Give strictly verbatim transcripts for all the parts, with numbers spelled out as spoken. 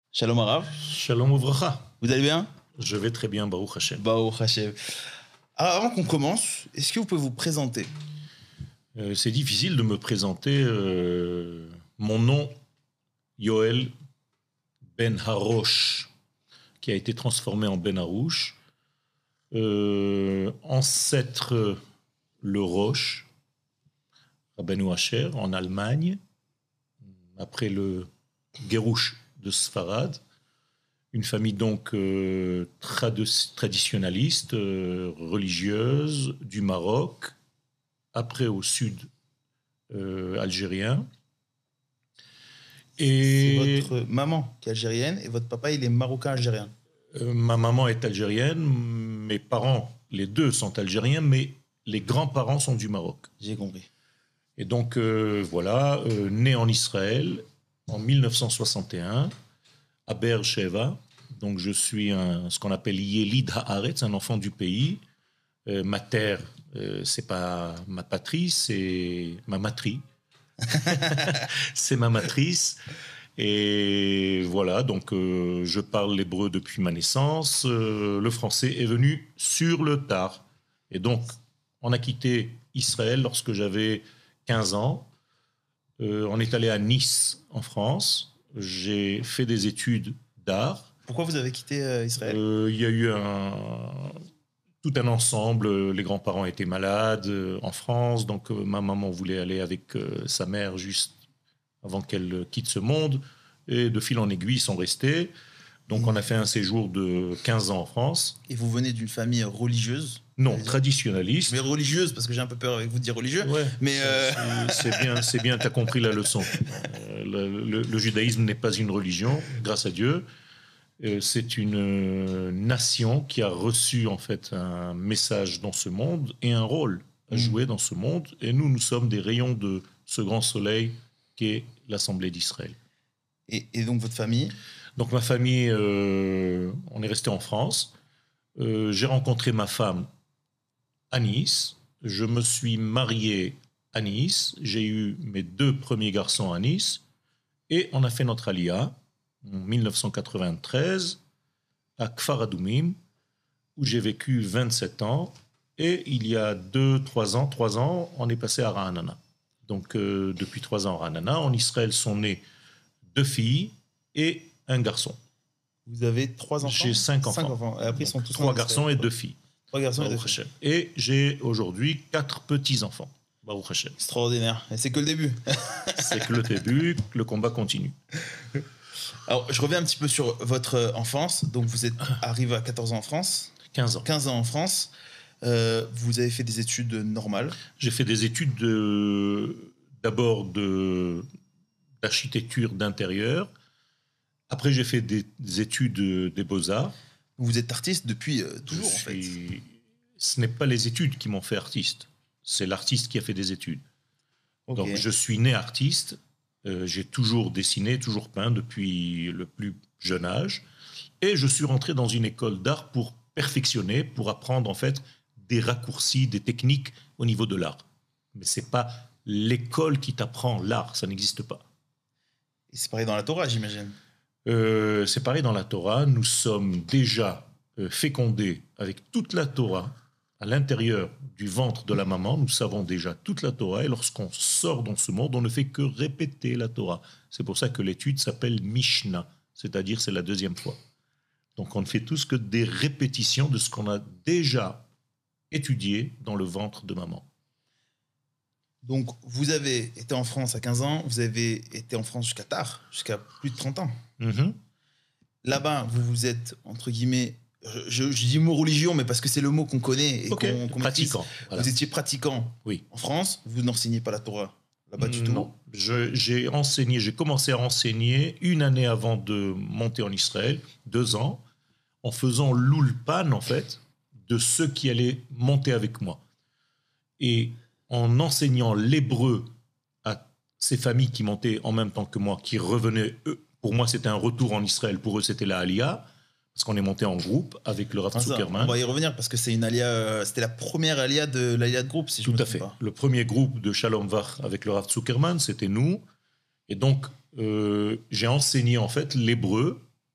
Shalom Arav, Shalom Uvracha. vous allez bien? Je vais très bien, Baruch Hashem. Baruch Hashem. Alors avant qu'on commence, est-ce que vous pouvez vous présenter? Euh, c'est difficile de me présenter. euh, mon nom, Yoel Ben Harosh, qui a été transformé en Ben Harouche. Euh, ancêtre le Roche, Rabbeinu Asher, en Allemagne, après le Guérouche de Sfarad. Une famille donc euh, trad- traditionnaliste, euh, religieuse, du Maroc, après au sud euh, algérien. Et C'est votre maman qui est algérienne et votre papa il est marocain-algérien. euh, ma maman est algérienne, mes parents, les deux sont algériens, mais les grands-parents sont du Maroc. J'ai compris. Et donc euh, voilà, euh, né en Israël en mille neuf cent soixante et un, à Be'er Sheva. Donc je suis un, ce qu'on appelle Yelid Haaretz, un enfant du pays. Euh, ma terre, euh, c'est pas ma patrie, c'est ma matrie. C'est ma matrice. Et voilà, donc euh, je parle l'hébreu depuis ma naissance. Euh, le français est venu sur le tard. Et donc, on a quitté Israël lorsque j'avais quinze ans. Euh, on est allé à Nice, en France. J'ai fait des études d'art. Pourquoi vous avez quitté euh, Israël? Euh, Il y a eu un, tout un ensemble. Les grands-parents étaient malades euh, en France, donc euh, ma maman voulait aller avec euh, sa mère juste avant qu'elle euh, quitte ce monde. Et de fil en aiguille, ils sont restés. Donc on a fait un séjour de quinze ans en France. Et vous venez d'une famille religieuse? Non, Allez-y. traditionnaliste. Mais religieuse, parce que j'ai un peu peur avec vous de dire religieux. Ouais, Mais euh, c'est c'est bien, c'est bien, t'as compris la leçon. Euh, le, le- le judaïsme n'est pas une religion, grâce à Dieu. Euh, C'est une euh, nation qui a reçu en fait un message dans ce monde et un rôle à Mm. jouer dans ce monde. Et nous, nous sommes des rayons de ce grand soleil qu'est l'Assemblée d'Israël. et, et donc votre famille? Donc ma famille, euh, on est resté en France. Euh, J'ai rencontré ma femme à Nice. Je me suis marié à Nice. J'ai eu mes deux premiers garçons à Nice. Et on a fait notre alia en mille neuf cent quatre-vingt-treize à Kfar Adoumim, où j'ai vécu vingt-sept ans. Et il y a deux, trois ans, trois ans, on est passé à Ra'anana. Donc euh, depuis trois ans à Ra'anana, en Israël sont nées deux filles et un garçon. Vous avez trois enfants? J'ai cinq enfants. Et après ils sont Donc, tous trois en garçons Israël. et deux filles. Trois garçons et deux Baruch filles. Hashem. Et j'ai aujourd'hui quatre petits-enfants. Baruch Hashem. Extraordinaire. Et c'est que le début. C'est que le début, le combat continue. Alors je reviens un petit peu sur votre enfance. Donc vous êtes arrivé à quatorze ans en France, quinze ans. quinze ans en France. Euh, vous avez fait des études normales. J'ai fait des études de- d'abord de- d'architecture d'intérieur. Après, j'ai fait des, des études des beaux-arts. Vous êtes artiste depuis euh, Je toujours en fait. suis- Ce n'est pas les études qui m'ont fait artiste. C'est l'artiste qui a fait des études. Ok. Donc, je suis né artiste. Euh, j'ai toujours dessiné, toujours peint depuis le plus jeune âge. Et je suis rentré dans une école d'art pour perfectionner, pour apprendre en fait des raccourcis, des techniques au niveau de l'art. Mais c'est pas l'école qui t'apprend l'art, ça n'existe pas. Et c'est pareil dans la Torah, j'imagine. Euh, c'est pareil dans la Torah, nous sommes déjà euh, fécondés avec toute la Torah à l'intérieur du ventre de la maman, nous savons déjà toute la Torah, et lorsqu'on sort dans ce monde, on ne fait que répéter la Torah. C'est pour ça que l'étude s'appelle Mishnah, c'est-à-dire c'est la deuxième fois. Donc on ne fait tous que des répétitions de ce qu'on a déjà étudié dans le ventre de maman. Donc vous avez été en France à quinze ans, vous avez été en France jusqu'à tard, jusqu'à plus de trente ans. Mhm. Là-bas, vous vous êtes, entre guillemets, je, je- je dis le mot religion, mais parce que c'est le mot qu'on connaît et Ok, qu'on qu'on maîtrise. pratiquant. Voilà. Vous étiez pratiquant Oui. en France, vous n'enseignez pas la Torah là-bas du tout. Non, Je- j'ai enseigné, j'ai commencé à enseigner une année avant de monter en Israël, deux ans, en faisant l'ulpan en fait de ceux qui allaient monter avec moi, et en enseignant l'hébreu à ces familles qui montaient en même temps que moi, qui revenaient. Eux, pour moi, c'était un retour en Israël. Pour eux, c'était la Aliyah, parce qu'on est monté en groupe avec le Rav Ah, ça, Zuckerman. on va y revenir parce que c'est une alia, euh, c'était la première alia de l'alia de groupe, si je Tout me à trompe fait. pas. Le premier groupe de Shalom Vach avec le Rav Zuckerman, c'était nous. Et donc, euh, j'ai enseigné en fait l'hébreu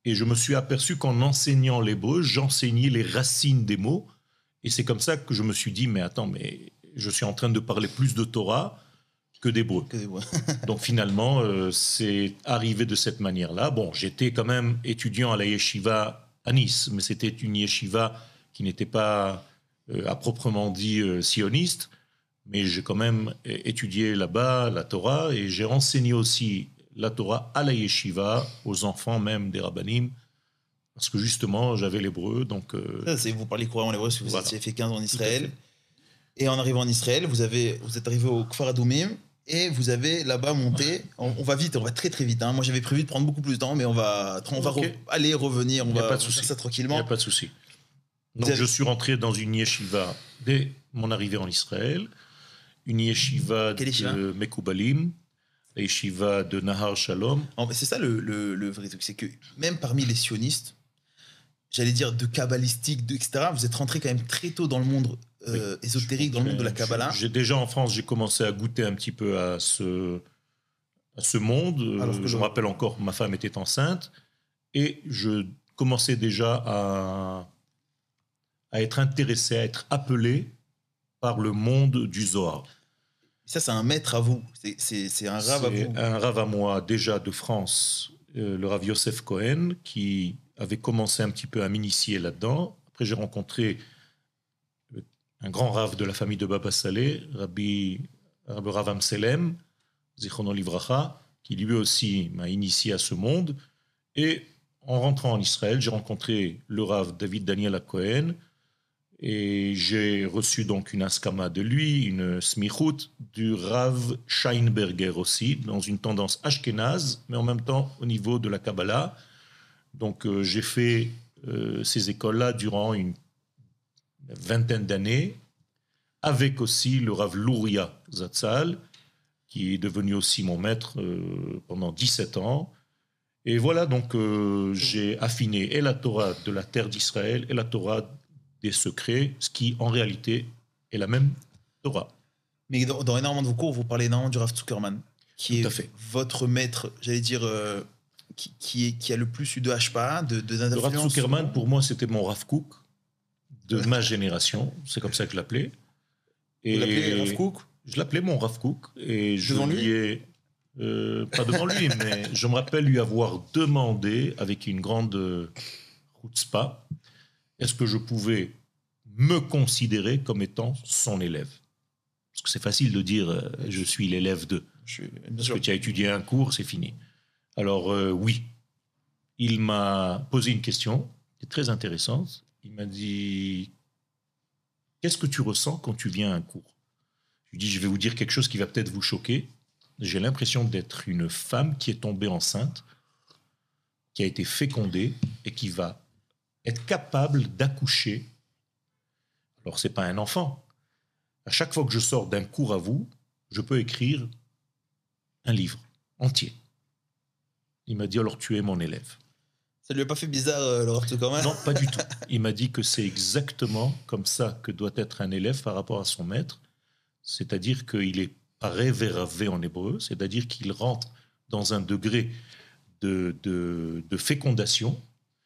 Et je me suis aperçu qu'en enseignant l'hébreu, j'enseignais les racines des mots. Et c'est comme ça que je me suis dit, mais attends, mais je suis en train de parler plus de Torah que d'hébreu. Que des voix. Donc finalement, euh, c'est arrivé de cette manière-là. Bon, j'étais quand même étudiant à la yeshiva à Nice, mais c'était une yeshiva qui n'était pas euh, à proprement dit euh, sioniste, mais j'ai quand même étudié là-bas la Torah et j'ai enseigné aussi la Torah à la yeshiva, aux enfants même des rabbanim, parce que justement, j'avais l'hébreu. Donc, euh, Ça, c'est, vous parlez couramment l'hébreu parce que vous voilà. avez fait quinze ans en Tout à Israël. fait. Et en arrivant en Israël, vous, avez, vous êtes arrivé au Kfar Adoumim et vous avez là-bas monté. On, on va vite, on va très très vite. Hein. Moi, j'avais prévu de prendre beaucoup plus de temps, mais on va, on va Ok. re- aller revenir. On Il y a va, pas de on va souci. faire ça Il n'y tranquillement. a pas de souci. Donc, avez- je suis rentré dans une yeshiva dès mon arrivée en Israël, une yeshiva Quelle yeshiva? de Mekoubalim, la yeshiva de Nahar Shalom. En fait, c'est ça le, le, le vrai truc, c'est que même parmi les sionistes, j'allais dire de kabbalistique, de, et cetera, vous êtes rentré quand même très tôt dans le monde euh, Oui. ésotérique, dans le monde de la J'ai- Kabbalah. J'ai déjà en France, j'ai commencé à goûter un petit peu à ce, à ce monde. Alors que je le- me rappelle encore, ma femme était enceinte et je commençais déjà à, à être intéressé, à être appelé par le monde du Zohar. Ça, c'est un maître à vous, c'est, c'est, c'est un rave à C'est vous. un rave à moi déjà de France, euh, le Rav Yosef Cohen, qui avait commencé un petit peu à m'initier là-dedans. Après, j'ai rencontré euh, un grand rave de la famille de Baba Saleh, Rabbi, Rabbi Rav Amselem, Zichrono Livracha, qui lui aussi m'a initié à ce monde. Et en rentrant en Israël, j'ai rencontré le Rav David Daniel Cohen, et j'ai reçu donc une askama de lui, une smichut du Rav Scheinberger aussi, dans une tendance ashkénaze, mais en même temps au niveau de la Kabbalah. Donc euh, j'ai fait euh, ces écoles-là durant une vingtaine d'années, avec aussi le Rav Luria Zatzal, qui est devenu aussi mon maître euh, pendant dix-sept ans. Et voilà, donc euh, j'ai affiné et la Torah de la terre d'Israël et la Torah des secrets, ce qui en réalité est la même Torah. Mais dans, dans énormément de vos cours, vous parlez énormément du Rav Zuckerman, qui Tout à est fait. votre maître, j'allais dire, euh, qui, qui, est, qui a le plus eu de Hashpa, de, de Le Rav d'influence. Zuckerman, pour moi, c'était mon Rav Kook de ma génération. C'est comme ça que je l'appelais. Vous l'appelez Rav Kook? Je l'appelais mon Rav Kook. Et je Devant lui lui ai, euh, pas devant lui, mais je me rappelle lui avoir demandé, avec une grande euh, chutzpah, est-ce que je pouvais me considérer comme étant son élève? Parce que c'est facile de dire euh, je suis l'élève de. Je suis, bien Parce sûr. que tu as étudié un cours, c'est fini. Alors euh, oui, il m'a posé une question qui est très intéressante. Il m'a dit, qu'est-ce que tu ressens quand tu viens à un cours? Je lui dis, je vais vous dire quelque chose qui va peut-être vous choquer. J'ai l'impression d'être une femme qui est tombée enceinte, qui a été fécondée et qui va être capable d'accoucher. Alors, ce n'est pas un enfant. À chaque fois que je sors d'un cours à vous, je peux écrire un livre entier. Il m'a dit, alors tu es mon élève. Ça lui a pas fait bizarre, euh, le Rav Zuckerman? Non, pas du tout. Il m'a dit que c'est exactement comme ça que doit être un élève par rapport à son maître. C'est-à-dire qu'il est pareverave en hébreu, c'est-à-dire qu'il rentre dans un degré de, de, de fécondation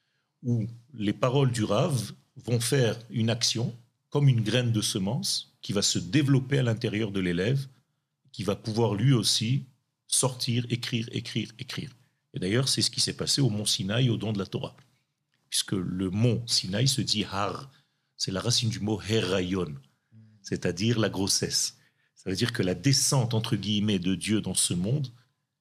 où les paroles du Rav vont faire une action comme une graine de semence qui va se développer à l'intérieur de l'élève, qui va pouvoir lui aussi sortir, écrire, écrire, écrire. Et d'ailleurs, c'est ce qui s'est passé au mont Sinaï, au don de la Torah. Puisque le mont Sinaï se dit Har, c'est la racine du mot Herayon, c'est-à-dire la grossesse. Ça veut dire que la descente, entre guillemets, de Dieu dans ce monde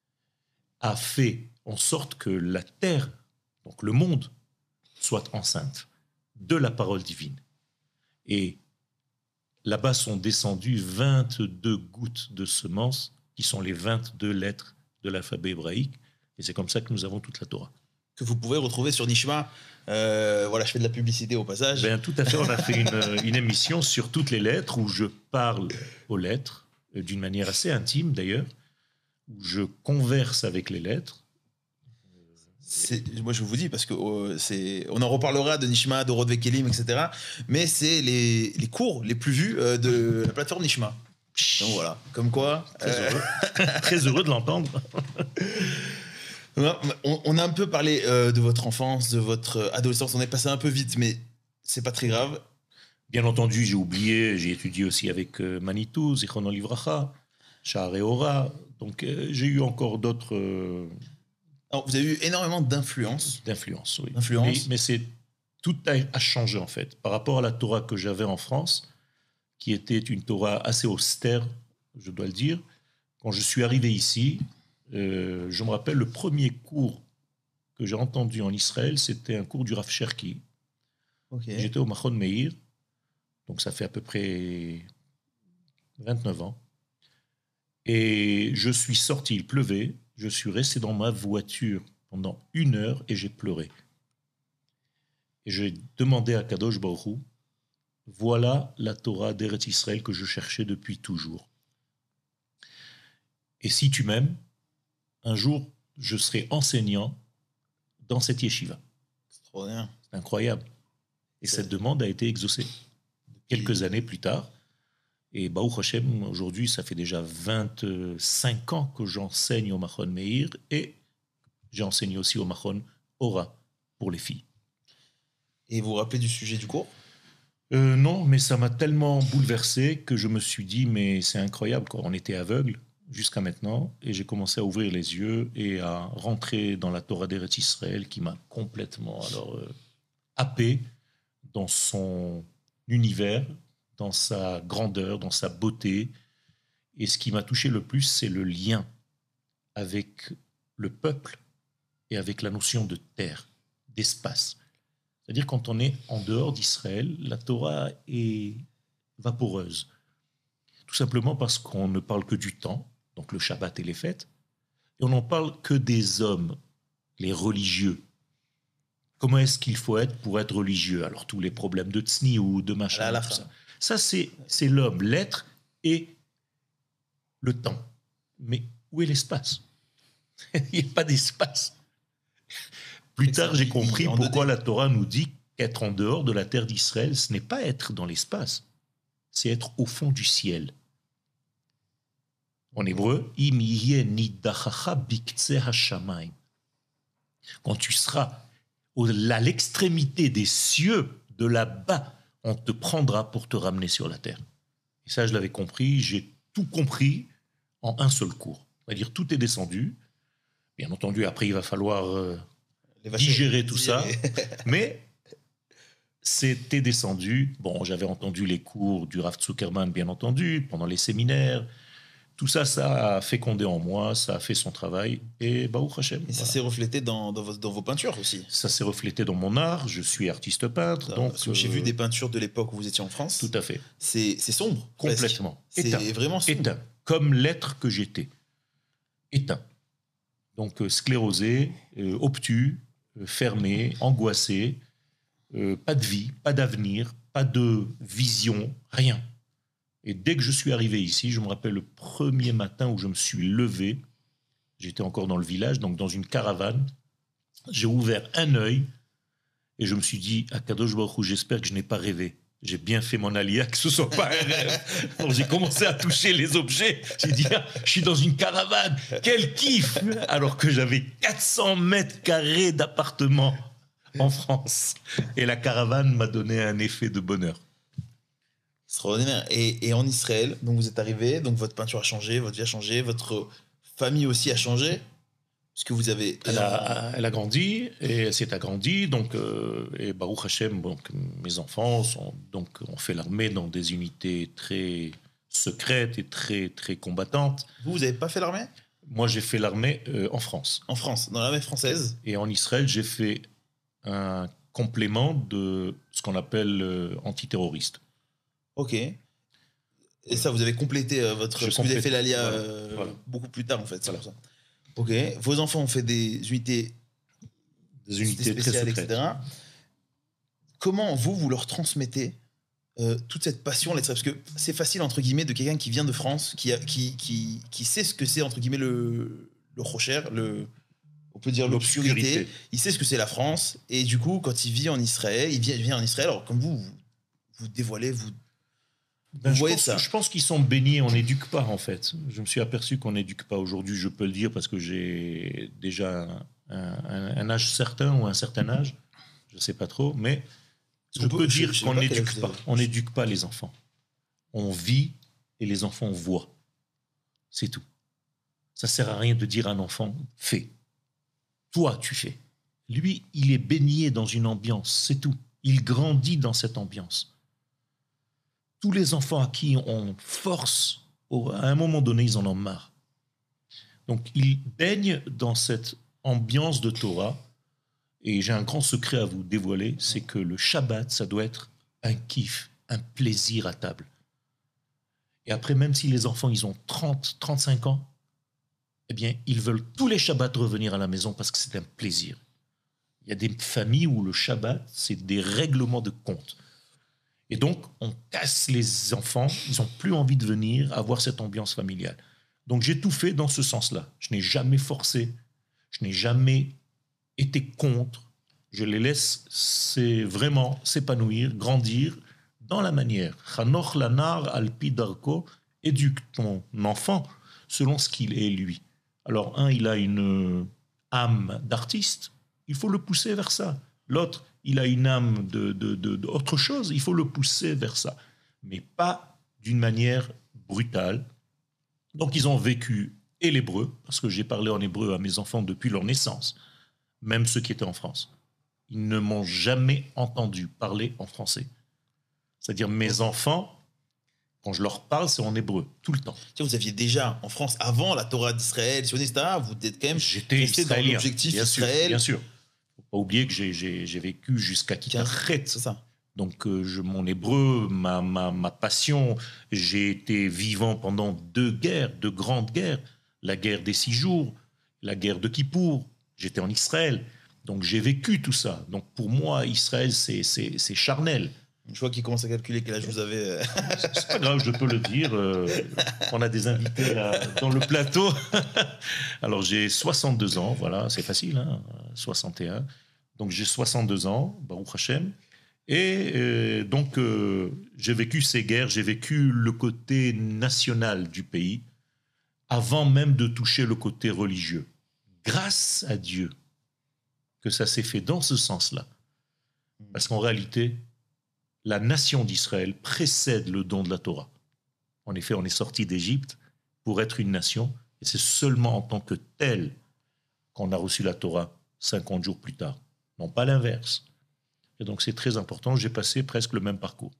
a fait en sorte que la terre, donc le monde, soit enceinte de la parole divine. Et là-bas sont descendues vingt-deux gouttes de semences qui sont les vingt-deux lettres de l'alphabet hébraïque. Et c'est comme ça que nous avons toute la Torah. Que vous pouvez retrouver sur Nishma. Euh, voilà, je fais de la publicité au passage. Ben, tout à fait, on a fait une, une émission sur toutes les lettres où je parle aux lettres, euh, d'une manière assez intime d'ailleurs, où je converse avec les lettres. C'est, moi, je vous dis, parce que euh, c'est, on en reparlera de Nishma, de Rodve Kelim, et cetera. Mais c'est les, les cours les plus vus euh, de la plateforme Nishma. Donc voilà, comme quoi. Très euh, heureux, très heureux de l'entendre. On, on a un peu parlé euh, de votre enfance, de votre adolescence. On est passé un peu vite, mais c'est pas très grave. Bien entendu, j'ai oublié, j'ai étudié aussi avec euh, Manitou, Zichrono Livracha, Sha'ar Ora. Donc euh, j'ai eu encore d'autres euh, Alors, vous avez eu énormément d'influence. d'influences. Oui. Influence. Mais, mais c'est tout a, a changé en fait par rapport à la Torah que j'avais en France, qui était une Torah assez austère, je dois le dire. Quand je suis arrivé ici, euh, je me rappelle le premier cours que j'ai entendu en Israël, c'était un cours du Rav Cherki. Okay. J'étais au Machon Meir, donc ça fait à peu près vingt-neuf ans. Et je suis sorti, il pleuvait, je suis resté dans ma voiture pendant une heure et j'ai pleuré. Et j'ai demandé à Kadosh Baruch Hu, voilà la Torah d'Eretz Israël que je cherchais depuis toujours. Et si tu m'aimes, un jour, je serai enseignant dans cette yeshiva. C'est trop bien. C'est incroyable. Et C'est... cette demande a été exaucée quelques années plus tard. Et Baruch Hashem, aujourd'hui, ça fait déjà vingt-cinq ans que j'enseigne au Machon Meir et j'ai enseigné aussi au Machon Ora pour les filles. Et vous vous rappelez du sujet du cours ? euh, Non, mais ça m'a tellement bouleversé que je me suis dit, mais c'est incroyable, quoi. On était aveugle jusqu'à maintenant et j'ai commencé à ouvrir les yeux et à rentrer dans la Torah d'Eretz Israël qui m'a complètement alors, euh, happé dans son univers, dans sa grandeur, dans sa beauté. Et ce qui m'a touché le plus, c'est le lien avec le peuple et avec la notion de terre, d'espace. C'est-à-dire quand on est en dehors d'Israël, la Torah est vaporeuse. Tout simplement parce qu'on ne parle que du temps, donc le Shabbat et les fêtes, et on n'en parle que des hommes, les religieux. Comment est-ce qu'il faut être pour être religieux ? Alors tous les problèmes de tsniout, de machin, à la tout fin. ça. Ça, c'est, c'est l'homme, l'être et le temps. Mais où est l'espace ? Il n'y a pas d'espace. Plus tard, j'ai compris pourquoi la Torah nous dit qu'être en dehors de la terre d'Israël, ce n'est pas être dans l'espace, c'est être au fond du ciel. En hébreu, im yeh nidachacha biktseh hashamayim. Quand tu seras à l'extrémité des cieux, de là-bas, on te prendra pour te ramener sur la terre. Et ça, je l'avais compris, j'ai tout compris en un seul cours. C'est-à-dire, tout est descendu. Bien entendu, après, il va falloir euh, digérer tout digérer. ça. Mais c'était descendu. Bon, j'avais entendu les cours du Rav Zuckerman, bien entendu, pendant les séminaires. Tout ça, ça a fécondé en moi, ça a fait son travail. Et Baruch Hashem. Et ça voilà. s'est reflété dans, dans, vos, dans vos peintures aussi. Ça s'est reflété dans mon art. Je suis artiste peintre. Donc, euh, j'ai vu des peintures de l'époque où vous étiez en France. Tout à fait. C'est, c'est sombre. Complètement. C'est éteint. vraiment sombre. Éteint. Comme l'être que j'étais. Éteint. Donc euh, sclérosé, euh, obtus, euh, fermé, angoissé. Euh, pas de vie, pas d'avenir, pas de vision, rien. Et dès que je suis arrivé ici, je me rappelle le premier matin où je me suis levé, j'étais encore dans le village, donc dans une caravane, j'ai ouvert un œil et je me suis dit, à Kadosh Baruch Hu, j'espère que je n'ai pas rêvé. J'ai bien fait mon alia, que ce ne soit pas un rêve. Donc j'ai commencé à toucher les objets. J'ai dit, ah, je suis dans une caravane, quel kiff! Alors que j'avais quatre cents mètres carrés d'appartement en France. Et la caravane m'a donné un effet de bonheur. Extraordinaire. Et, et en Israël, donc vous êtes arrivé, donc votre peinture a changé, votre vie a changé, votre famille aussi a changé, parce que vous avez. Elle a, elle a grandi et elle s'est agrandie. Donc, euh, et Baruch Hashem, donc mes enfants sont donc ont fait l'armée dans des unités très secrètes et très très combattantes. Vous, vous n'avez pas fait l'armée ? Moi, j'ai fait l'armée euh, en France. En France, dans l'armée française. Et en Israël, j'ai fait un complément de ce qu'on appelle euh, antiterroriste. Ok. Et ça, vous avez complété euh, votre... Parce que vous avez fait l'Alia voilà. euh, voilà. beaucoup plus tard, en fait. C'est voilà. pour ça. Ok. Vos enfants ont fait des unités, des unités spéciales, très secrètes. et cetera. Comment, vous, vous leur transmettez euh, toute cette passion là, parce que c'est facile, entre guillemets, de quelqu'un qui vient de France, qui, a, qui, qui, qui sait ce que c'est, entre guillemets, le, le rocher, le... on peut dire l'obscurité. Il sait ce que c'est la France. Et du coup, quand il vit en Israël, il vient, il vient en Israël, alors comme vous, vous, vous dévoilez, vous... Ben, Vous je, voyez pense, ça? je pense qu'ils sont bénis, on n'éduque pas en fait. Je me suis aperçu qu'on n'éduque pas aujourd'hui, je peux le dire parce que j'ai déjà un, un- un âge certain ou un certain âge, je ne sais pas trop, mais je On peut- peux je- dire je sais qu'on pas quel âge n'éduque vous pas. avez. On n'éduque pas les enfants. On vit et les enfants voient. C'est tout. Ça ne sert à rien de dire à un enfant, fais. Toi, tu fais. Lui, il est baigné dans une ambiance, c'est tout. Il grandit dans cette ambiance. Tous les enfants à qui on force, au- à un moment donné, ils en ont marre. Donc, ils baignent dans cette ambiance de Torah. Et j'ai un grand secret à vous dévoiler, c'est que le Shabbat, ça doit être un kiff, un plaisir à table. Et après, même si les enfants, ils ont trente, trente-cinq ans, eh bien, ils veulent tous les Shabbats revenir à la maison parce que c'est un plaisir. Il y a des familles où le Shabbat, c'est des règlements de compte. Et donc, on casse les enfants, ils n'ont plus envie de venir avoir cette ambiance familiale. Donc, j'ai tout fait dans ce sens-là. Je n'ai jamais forcé, je n'ai jamais été contre. Je les laisse c'est vraiment s'épanouir, grandir dans la manière. Chanoch lanar alpi darko, éduque ton enfant selon ce qu'il est lui. Alors, un, il a une âme d'artiste, il faut le pousser vers ça. L'autre, il a une âme de, de, de, de autre chose, il faut le pousser vers ça. Mais pas d'une manière brutale. Donc, ils ont vécu et l'hébreu, parce que j'ai parlé en hébreu à mes enfants depuis leur naissance, même ceux qui étaient en France. Ils ne m'ont jamais entendu parler en français. C'est-à-dire, mes enfants, quand je leur parle, c'est en hébreu, tout le temps. Tu sais, vous aviez déjà en France, avant la Torah d'Israël, sioniste, et cetera, vous êtes quand même J'étais resté dans israélien, l'objectif bien sûr, Israël. bien sûr. Faut pas oublier que j'ai, j'ai, j'ai vécu jusqu'à Kitachet. C'est ça. Donc, euh, je, mon hébreu, ma, ma, ma passion, j'ai été vivant pendant deux guerres, deux grandes guerres. La guerre des six jours, la guerre de Kippour. J'étais en Israël. Donc, j'ai vécu tout ça. Donc, pour moi, Israël, c'est, c'est, c'est charnel. Je vois qu'il commence à calculer quel âge vous avez. C'est pas grave, je peux le dire. Euh, on a des invités là dans le plateau. Alors j'ai soixante-deux ans, voilà, c'est facile, hein, soixante et un. Donc j'ai soixante-deux ans, Baruch Hashem. Et euh, donc euh, j'ai vécu ces guerres, j'ai vécu le côté national du pays, avant même de toucher le côté religieux. Grâce à Dieu que ça s'est fait dans ce sens-là. Parce qu'en réalité, la nation d'Israël précède le don de la Torah. En effet, on est sorti d'Égypte pour être une nation, et c'est seulement en tant que tel qu'on a reçu la Torah cinquante jours plus tard, non pas l'inverse. Et donc c'est très important, j'ai passé presque le même parcours.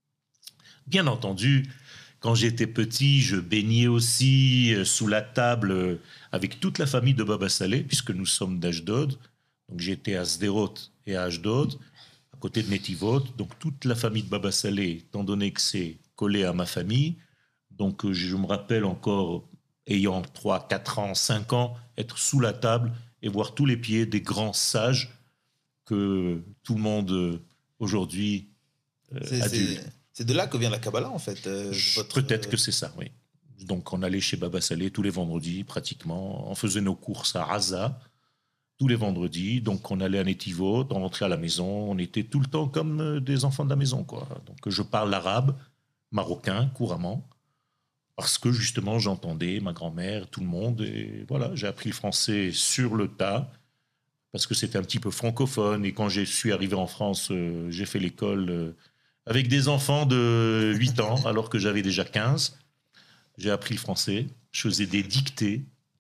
Bien entendu, quand j'étais petit, je baignais aussi sous la table avec toute la famille de Baba Saleh, puisque nous sommes d'Ashdod. Donc j'étais à Sderot et à Ashdod, à côté de Netivot, donc toute la famille de Baba Saleh, étant donné que c'est collé à ma famille, donc je me rappelle encore, ayant trois, quatre ans, cinq ans, être sous la table et voir tous les pieds des grands sages que tout le monde aujourd'hui euh, C'est, a dû... c'est, c'est de là que vient la Kabbalah, en fait. euh, votre- Peut-être que c'est ça, oui. Donc on allait chez Baba Saleh tous les vendredis, pratiquement, on faisait nos courses à Raza, tous les vendredis, donc on allait à Netivot, on rentrait à la maison, on était tout le temps comme des enfants de la maison, quoi. Donc je parle l'arabe, marocain, couramment, parce que justement j'entendais ma grand-mère, tout le monde, et voilà, j'ai appris le français sur le tas, parce que c'était un petit peu francophone, et quand je suis arrivé en France, euh, j'ai fait l'école euh, avec des enfants de huit ans, alors que j'avais déjà quinze. J'ai appris le français, je faisais des dictées.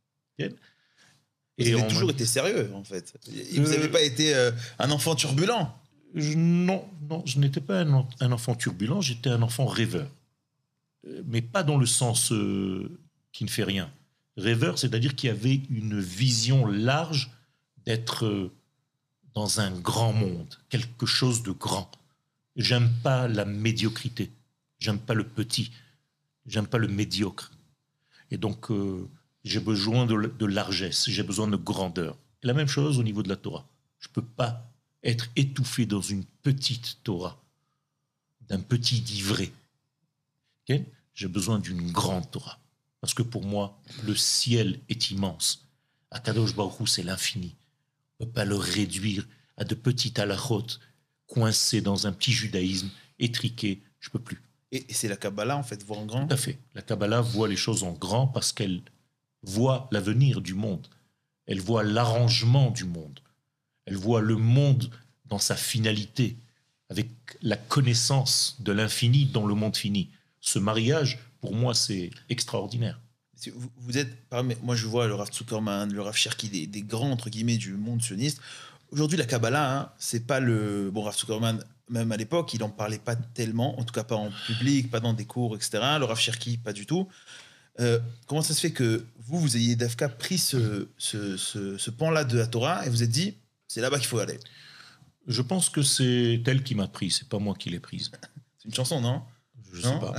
Vous Et avez on toujours me- été sérieux, en fait. Et vous Euh, n'avez pas été euh, un enfant turbulent. Je- non, non, je n'étais pas un, en- un enfant turbulent, j'étais un enfant rêveur. Euh, Mais pas dans le sens euh, qui ne fait rien. Rêveur, c'est-à-dire qu'il y avait une vision large d'être euh, dans un grand monde, quelque chose de grand. J'aime pas la médiocrité, j'aime pas le petit, j'aime pas le médiocre. Et donc, euh, j'ai besoin de, de largesse, j'ai besoin de grandeur. Et la même chose au niveau de la Torah. Je ne peux pas être étouffé dans une petite Torah, d'un petit livret. Ok? J'ai besoin d'une grande Torah. Parce que pour moi, le ciel est immense. Akadosh Baruch Hu, c'est l'infini. On ne peut pas le réduire à de petites halachot, coincées dans un petit judaïsme, étriqué. Je ne peux plus. Et, et c'est la Kabbalah, en fait, voir en grand. Tout à fait. La Kabbalah voit les choses en grand parce qu'elle voit l'avenir du monde. Elle voit l'arrangement du monde. Elle voit le monde dans sa finalité, avec la connaissance de l'infini dans le monde fini. Ce mariage, pour moi, c'est extraordinaire. Vous, vous êtes, parmi, moi je vois le Rav Zuckerman, le Rav Cherki, des, des grands entre guillemets du monde sioniste. Aujourd'hui, la Kabbalah, hein, c'est pas le bon Rav Zuckerman. Même à l'époque, il en parlait pas tellement, en tout cas pas en public, pas dans des cours, et cetera. Le Rav Cherki, pas du tout. Euh, comment ça se fait que vous, vous ayez d'Afka pris ce, ce, ce, ce pan-là de la Torah et vous êtes dit, c'est là-bas qu'il faut aller? Je pense que c'est elle qui m'a pris, c'est pas moi qui l'ai prise. C'est une chanson, non? Je non sais pas.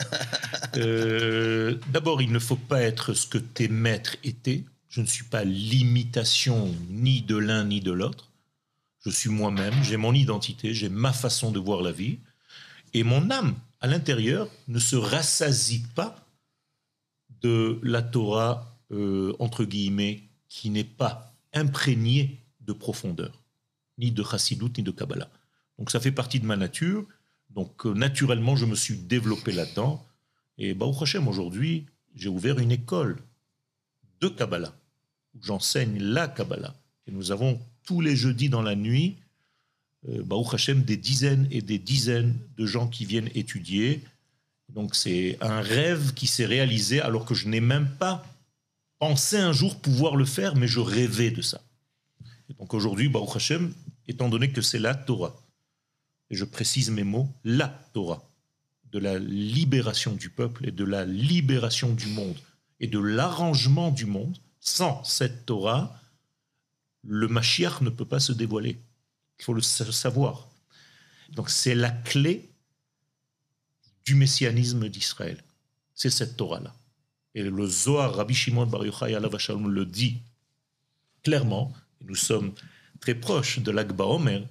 euh, D'abord, il ne faut pas être ce que tes maîtres étaient. Je ne suis pas l'imitation ni de l'un ni de l'autre. Je suis moi-même, j'ai mon identité, j'ai ma façon de voir la vie. Et mon âme, à l'intérieur, ne se rassasie pas de la Torah, euh, entre guillemets, qui n'est pas imprégnée de profondeur, ni de Chassidut, ni de Kabbalah. Donc ça fait partie de ma nature. Donc euh, naturellement, je me suis développé là-dedans. Et Baruch Hashem, aujourd'hui, j'ai ouvert une école de Kabbalah, où j'enseigne la Kabbalah. Et nous avons tous les jeudis dans la nuit, euh, Baruch Hashem, des dizaines et des dizaines de gens qui viennent étudier. Donc c'est un rêve qui s'est réalisé alors que je n'ai même pas pensé un jour pouvoir le faire, mais je rêvais de ça. Et donc aujourd'hui, Baruch Hashem, étant donné que c'est la Torah, et je précise mes mots, la Torah, de la libération du peuple et de la libération du monde et de l'arrangement du monde, sans cette Torah, le Mashiach ne peut pas se dévoiler. Il faut le savoir. Donc c'est la clé du messianisme d'Israël. C'est cette Torah-là. Et le Zohar, Rabbi Shimon Bar Yochai Alav Shalom le dit clairement, et nous sommes très proches de l'Akba Omer,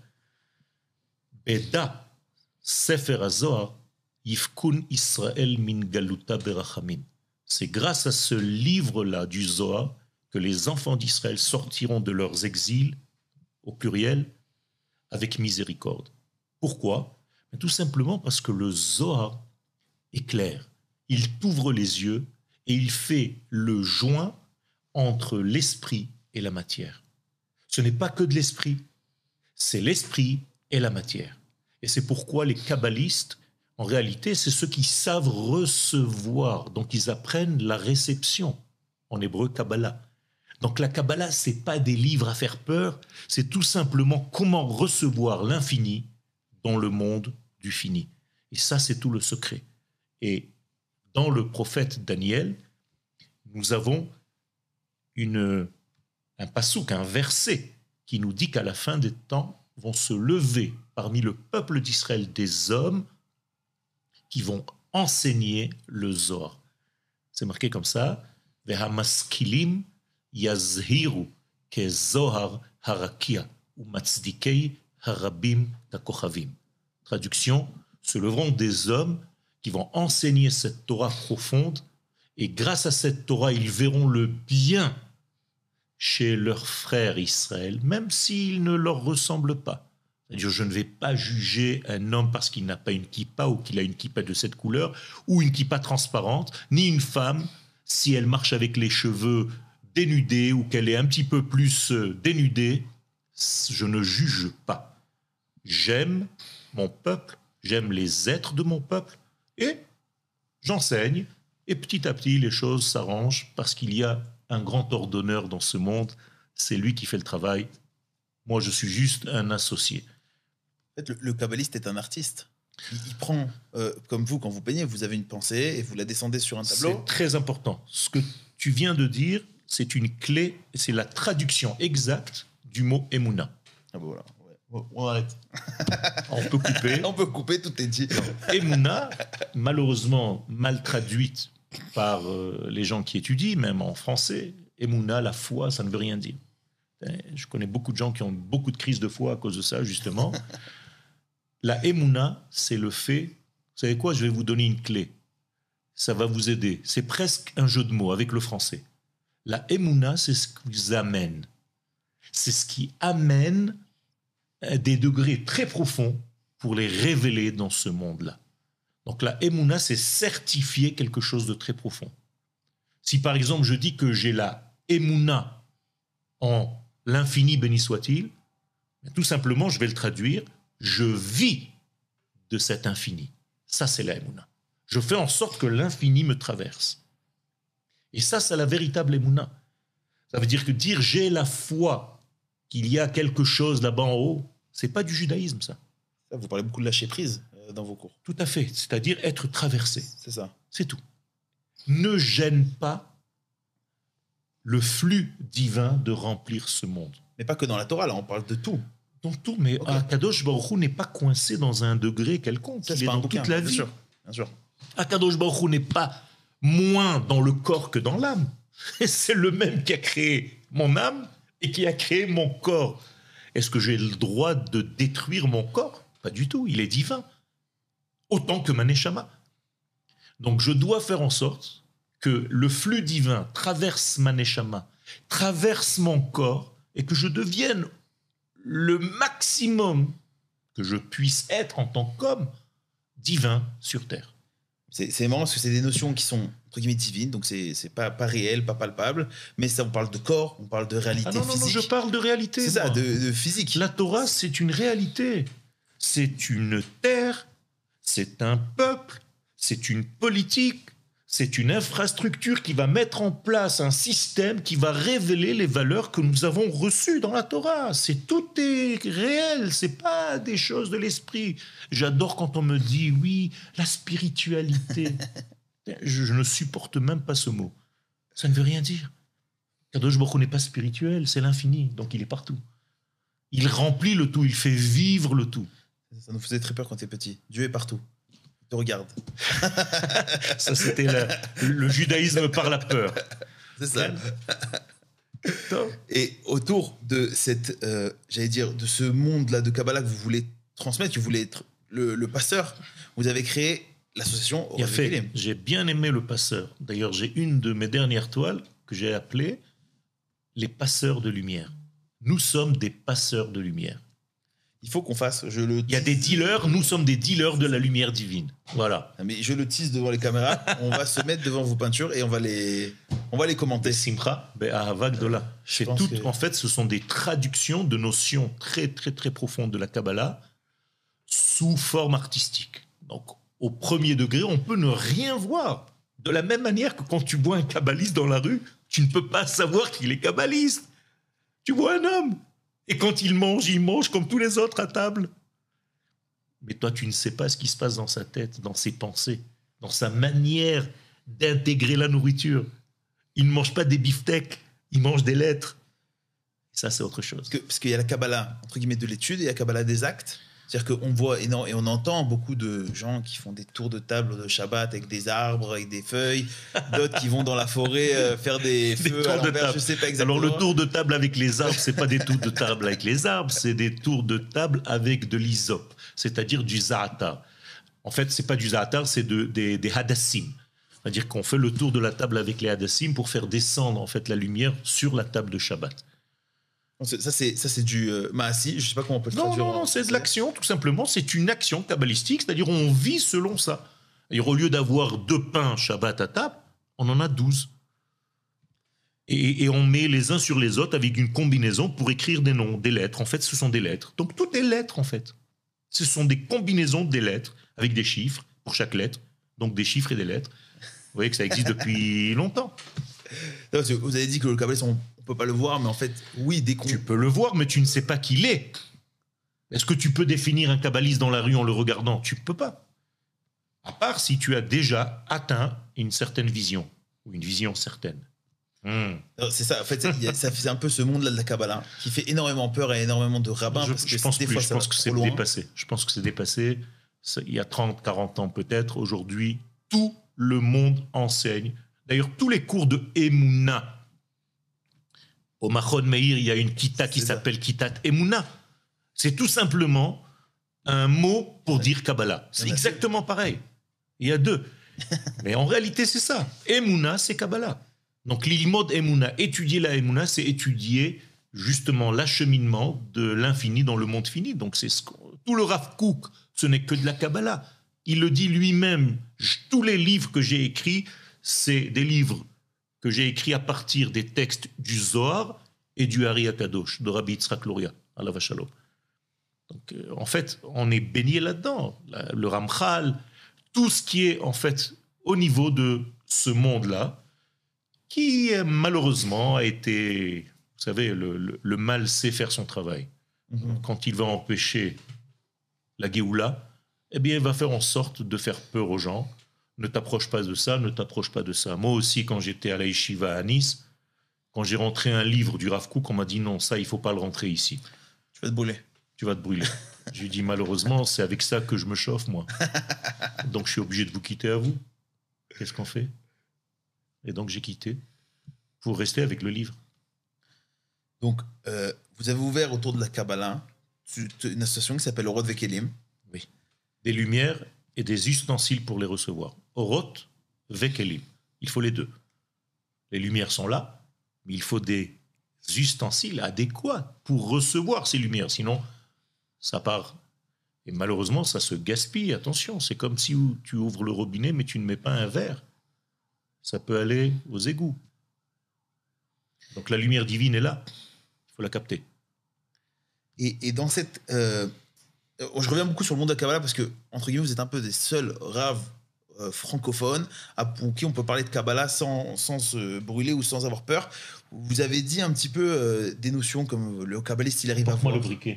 Beda Sefer HaZohar Yifkun Israël min galuta berachamim. C'est grâce à ce livre-là du Zohar que les enfants d'Israël sortiront de leurs exils, au pluriel, avec miséricorde. Pourquoi? Tout simplement parce que le Zohar est clair. Il t'ouvre les yeux et il fait le joint entre l'esprit et la matière. Ce n'est pas que de l'esprit, c'est l'esprit et la matière. Et c'est pourquoi les kabbalistes, en réalité, c'est ceux qui savent recevoir. Donc ils apprennent la réception, en hébreu Kabbalah. Donc la Kabbalah, ce n'est pas des livres à faire peur, c'est tout simplement comment recevoir l'infini dans le monde du fini. Et ça, c'est tout le secret. Et dans le prophète Daniel, nous avons une, un passouk, un verset qui nous dit qu'à la fin des temps vont se lever parmi le peuple d'Israël des hommes qui vont enseigner le Zohar. C'est marqué comme ça, « Vehamaskilim yazhiru ke Zohar harakia ou matzdikei harabim takochavim » Traduction, se leveront des hommes qui vont enseigner cette Torah profonde et grâce à cette Torah, ils verront le bien chez leurs frères Israël, même s'il ne leur ressemble pas. C'est-à-dire, je ne vais pas juger un homme parce qu'il n'a pas une kippa ou qu'il a une kippa de cette couleur ou une kippa transparente, ni une femme si elle marche avec les cheveux dénudés ou qu'elle est un petit peu plus dénudée. Je ne juge pas. J'aime mon peuple, j'aime les êtres de mon peuple et j'enseigne. Et petit à petit, les choses s'arrangent parce qu'il y a un grand ordonneur dans ce monde. C'est lui qui fait le travail. Moi, je suis juste un associé. En fait, le, le kabbaliste est un artiste. Il, il prend, euh, comme vous, quand vous peignez, vous avez une pensée et vous la descendez sur un tableau. C'est très important. Ce que tu viens de dire, c'est une clé, c'est la traduction exacte du mot Emouna. Ah bon, voilà. Ouais. On arrête. On peut couper. On peut couper, tout est dit. Emouna, malheureusement mal traduite par euh, les gens qui étudient, même en français, Emouna, la foi, ça ne veut rien dire. Je connais beaucoup de gens qui ont beaucoup de crises de foi à cause de ça, justement. La Emouna, c'est le fait... Vous savez quoi? Je vais vous donner une clé. Ça va vous aider. C'est presque un jeu de mots avec le français. La Emouna, c'est ce qui vous amène. C'est ce qui amène des degrés très profonds pour les révéler dans ce monde-là. Donc la Emouna, c'est certifier quelque chose de très profond. Si par exemple je dis que j'ai la Emouna en l'infini béni soit-il, tout simplement je vais le traduire, je vis de cet infini. Ça c'est la Emouna. Je fais en sorte que l'infini me traverse. Et ça c'est la véritable Emouna. Ça veut dire que dire j'ai la foi qu'il y a quelque chose là-bas en haut, c'est pas du judaïsme ça. Ça, vous parlez beaucoup de lâcher prise euh, dans vos cours. Tout à fait, c'est-à-dire être traversé. C'est ça. C'est tout. Ne gêne pas le flux divin de remplir ce monde. Mais pas que dans la Torah, là, on parle de tout. Dans tout, mais okay. Akadosh Baruch Hu n'est pas coincé dans un degré quelconque. Ça, il est dans toute la vie. Bien sûr, bien sûr. Akadosh Baruch Hu n'est pas moins dans le corps que dans l'âme. Et c'est le même qui a créé mon âme et qui a créé mon corps. Est-ce que j'ai le droit de détruire mon corps? Pas du tout, il est divin. Autant que ma neshama. Donc je dois faire en sorte que le flux divin traverse ma neshama, traverse mon corps, et que je devienne le maximum que je puisse être en tant qu'homme divin sur terre. C'est, c'est marrant parce que c'est des notions qui sont entre guillemets divines, donc c'est, c'est pas, pas réel, pas palpable, mais ça, on parle de corps, on parle de réalité ah non, non, physique. Non, je parle de réalité. C'est moi. ça, de, de physique. La Torah, c'est une réalité. C'est une terre, c'est un peuple, c'est une politique, c'est une infrastructure qui va mettre en place un système qui va révéler les valeurs que nous avons reçues dans la Torah. C'est tout est réel, c'est pas des choses de l'esprit. J'adore quand on me dit oui, la spiritualité. je, je ne supporte même pas ce mot. Ça ne veut rien dire. Kadosh Baruch Hu n'est pas spirituel, c'est l'infini, donc il est partout. Il remplit le tout, il fait vivre le tout. Ça nous faisait très peur quand t'es petit. Dieu est partout. Il te regarde. Ça, c'était la, le judaïsme par la peur. C'est ça. Et autour de cette, euh, j'allais dire, de ce monde-là de Kabbalah que vous voulez transmettre, que vous voulez être le, le passeur, vous avez créé l'association. Il a fait. J'ai bien aimé le passeur. D'ailleurs, j'ai une de mes dernières toiles que j'ai appelée les passeurs de lumière. Nous sommes des passeurs de lumière. Il faut qu'on fasse. Je le. Il y a des dealers. Nous sommes des dealers de la lumière divine. Voilà. Mais je le tease devant les caméras. On va se mettre devant vos peintures et on va les, on va les commenter. Simcha, be'ahava gdola. C'est tout. Que... En fait, ce sont des traductions de notions très très très profondes de la Kabbalah sous forme artistique. Donc, au premier degré, on peut ne rien voir. De la même manière que quand tu vois un kabbaliste dans la rue, tu ne peux pas savoir qu'il est kabbaliste. Tu vois un homme. Et quand il mange, il mange comme tous les autres à table. Mais toi, tu ne sais pas ce qui se passe dans sa tête, dans ses pensées, dans sa manière d'intégrer la nourriture. Il ne mange pas des beefsteaks, il mange des lettres. Et ça, c'est autre chose. Parce, que, parce qu'il y a la Kabbalah, entre guillemets, de l'étude, et il y a la Kabbalah des actes. C'est-à-dire qu'on voit et, non, et on entend beaucoup de gens qui font des tours de table de Shabbat avec des arbres, avec des feuilles, d'autres qui vont dans la forêt euh, faire des, des feux à l'envers, je sais pas exactement. Alors le tour de table avec les arbres, c'est pas des tours de table avec les arbres, c'est des tours de table avec de l'hysope, c'est-à-dire du za'atar. En fait, c'est pas du za'atar, c'est de, des, des hadassim. C'est-à-dire qu'on fait le tour de la table avec les hadassim pour faire descendre en fait la lumière sur la table de Shabbat. Ça, c'est, ça, c'est du euh, Maassi, je sais pas comment on peut le non, traduire. Non, non, c'est de l'action, tout simplement. C'est une action kabbalistique, c'est-à-dire on vit selon ça. Et au lieu d'avoir deux pains Shabbat à table, on en a douze. Et, et on met les uns sur les autres avec une combinaison pour écrire des noms, des lettres. En fait, ce sont des lettres. Donc, tout est lettres, en fait. Ce sont des combinaisons des lettres avec des chiffres pour chaque lettre. Donc, des chiffres et des lettres. Vous voyez que ça existe depuis longtemps. Non, vous avez dit que le kabbaliste, on ne peut pas le voir, mais en fait, oui, dès qu'on... Tu peux le voir, mais tu ne sais pas qui il est. Est-ce que tu peux définir un kabbaliste dans la rue en le regardant? Tu ne peux pas. À part si tu as déjà atteint une certaine vision, ou une vision certaine. Hmm. C'est ça, en fait, ça fait un peu ce monde-là de la Kabbalah qui fait énormément peur à énormément de rabbins. Je, parce que je pense des plus, fois, je ça pense que c'est dépassé. Je pense que c'est dépassé. Il y a trente, quarante ans peut-être. Aujourd'hui, tout le monde enseigne. D'ailleurs, tous les cours de Emouna, au Machon Meir, il y a une kita qui s'appelle Kitat Emouna. C'est tout simplement un mot pour dire Kabbalah. C'est exactement pareil. Il y a deux. Mais en réalité, c'est ça. Emouna, c'est Kabbalah. Donc, l'ilmod Emouna, étudier la Emouna, c'est étudier justement l'acheminement de l'infini dans le monde fini. Donc, c'est ce tout le Rav Kook, ce n'est que de la Kabbalah. Il le dit lui-même. Je- Tous les livres que j'ai écrits, c'est des livres que j'ai écrits à partir des textes du Zohar et du Hari Akadosh, de Rabbi Yitzhak Luria, alav shalom. Donc, euh, en fait, on est baigné là-dedans. La- Le Ramchal, tout ce qui est, en fait, au niveau de ce monde-là, qui, euh, malheureusement, a été... Vous savez, le, le- le mal sait faire son travail. Mhm. Quand il va empêcher la Géoula, eh bien, il va faire en sorte de faire peur aux gens. Ne t'approche pas de ça, ne t'approche pas de ça. Moi aussi, quand j'étais à la Yeshiva à Nice, quand j'ai rentré un livre du Rav Kook, on m'a dit non, ça, il faut pas le rentrer ici. Tu vas te brûler. Tu vas te brûler. J'ai dit malheureusement, c'est avec ça que je me chauffe, moi. Donc, je suis obligé de vous quitter à vous. Qu'est-ce qu'on fait? Et donc, j'ai quitté pour rester avec le livre. Donc, euh, vous avez ouvert autour de la Kabbalah une association qui s'appelle Orot Vekelim. Oui. Des lumières et des ustensiles pour les recevoir. Orot, Vekelim. Il faut les deux. Les lumières sont là, mais il faut des ustensiles adéquats pour recevoir ces lumières. Sinon, ça part. Et malheureusement, ça se gaspille. Attention, c'est comme si tu ouvres le robinet, mais tu ne mets pas un verre. Ça peut aller aux égouts. Donc la lumière divine est là. Il faut la capter. Et, et dans cette... euh, euh, je reviens beaucoup sur le monde de la Kabbalah parce que, entre guillemets, vous êtes un peu des seuls raves euh, francophones à, pour qui on peut parler de Kabbalah sans, sans se brûler ou sans avoir peur. Vous avez dit un petit peu euh, des notions comme le kabbaliste, il arrive à Porte-moi voir. le briquet.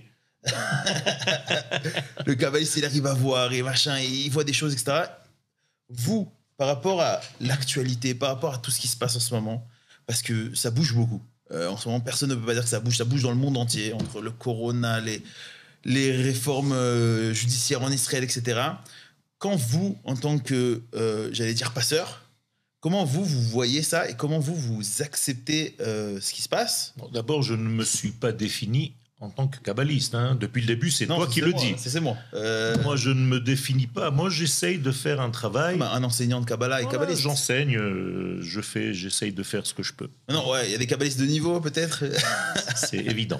Le kabbaliste, il arrive à voir et machin, et il voit des choses, et cetera. Vous, par rapport à l'actualité, par rapport à tout ce qui se passe en ce moment, parce que ça bouge beaucoup. Euh, en ce moment, personne ne peut pas dire que ça bouge. Ça bouge dans le monde entier, entre le corona, les, les réformes euh, judiciaires en Israël, et cetera. Quand vous, en tant que, euh, j'allais dire, passeur, comment vous, vous voyez ça et comment vous, vous acceptez euh, ce qui se passe? Bon, d'abord, je ne me suis pas défini en tant que kabbaliste. Hein. Depuis le début, c'est Non, toi ça, qui c'est le moi, dis. ça, c'est moi. Euh, Moi, je ne me définis pas. Moi, j'essaye de faire un travail. bah, un enseignant de Kabbalah et Voilà, kabbaliste. j'enseigne, euh, je fais, j'essaye de faire ce que je peux. Non, ouais, il y a des kabbalistes de niveau, peut-être. C'est évident.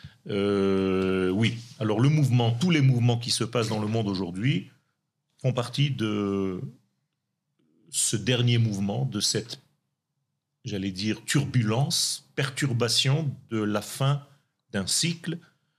Euh, oui. Alors, le mouvement, tous les mouvements qui se passent dans le monde aujourd'hui font partie de ce dernier mouvement, de cette, j'allais dire, turbulence, perturbation de la fin d'un cycle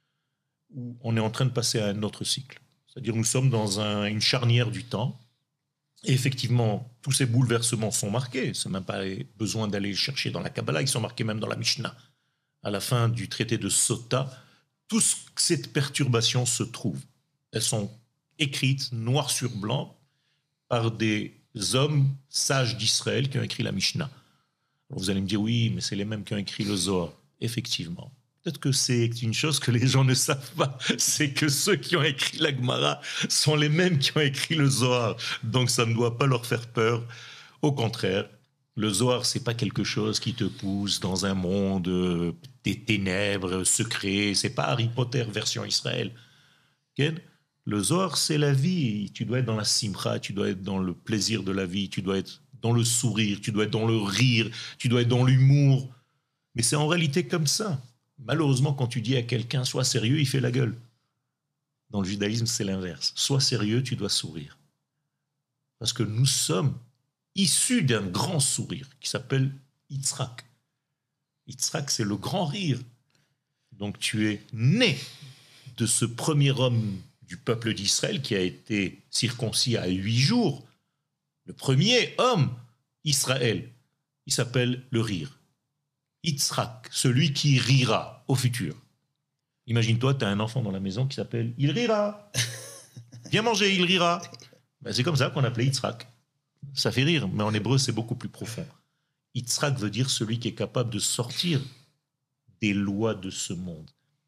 où on est en train de passer à un autre cycle. C'est-à-dire nous sommes dans un- une charnière du temps. Et effectivement, tous ces bouleversements sont marqués. C'est même pas besoin d'aller les chercher dans la Kabbalah, ils sont marqués même dans la Mishnah. À la fin du traité de Sota, toute cette perturbation se trouve. Elles sont écrites noir sur blanc par des hommes sages d'Israël qui ont écrit la Mishnah. Alors vous allez me dire, oui, mais c'est les mêmes qui ont écrit le Zohar. Effectivement. Peut-être que c'est une chose que les gens ne savent pas, c'est que ceux qui ont écrit la Gemara sont les mêmes qui ont écrit le Zohar. Donc ça ne doit pas leur faire peur. Au contraire, le Zohar, c'est pas quelque chose qui te pousse dans un monde euh, des ténèbres secrets. C'est pas Harry Potter version Israël. Okay? Le Zohar, c'est la vie. Tu dois être dans la simcha, tu dois être dans le plaisir de la vie, tu dois être dans le sourire, tu dois être dans le rire, tu dois être dans l'humour. Mais c'est en réalité comme ça. Malheureusement, quand tu dis à quelqu'un « sois sérieux », il fait la gueule. Dans le judaïsme, c'est l'inverse. Sois sérieux, tu dois sourire. Parce que nous sommes issus d'un grand sourire qui s'appelle Yitzhak. Yitzhak, c'est le grand rire. Donc tu es né de ce premier homme du peuple d'Israël qui a été circoncis à huit jours. Le premier homme, Israël, il s'appelle le rire. Yitzhak, celui qui rira au futur. Imagine-toi, tu as un enfant dans la maison qui s'appelle « Il rira ». Viens manger, il rira. Ben, c'est comme ça qu'on appelait Yitzhak. Ça fait rire, mais en hébreu, c'est beaucoup plus profond. Yitzhak veut dire celui qui est capable de sortir des lois de ce monde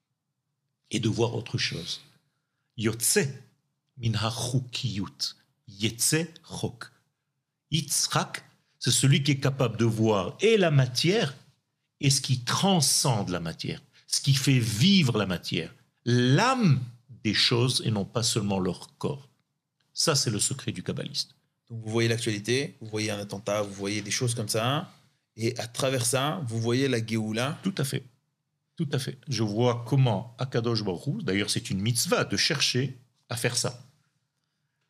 et de voir autre chose. Yotze min hachukiyut. Yetze chok. Yitzhak, c'est celui qui est capable de voir et la matière et ce qui transcende la matière, ce qui fait vivre la matière, l'âme des choses et non pas seulement leur corps. Ça, c'est le secret du kabbaliste. Donc vous voyez l'actualité, vous voyez un attentat, vous voyez des choses comme ça, et à travers ça, vous voyez la Géoula. Tout à fait. Tout à fait. Je vois comment Akadosh Baruch Hu, d'ailleurs c'est une mitzvah de chercher à faire ça.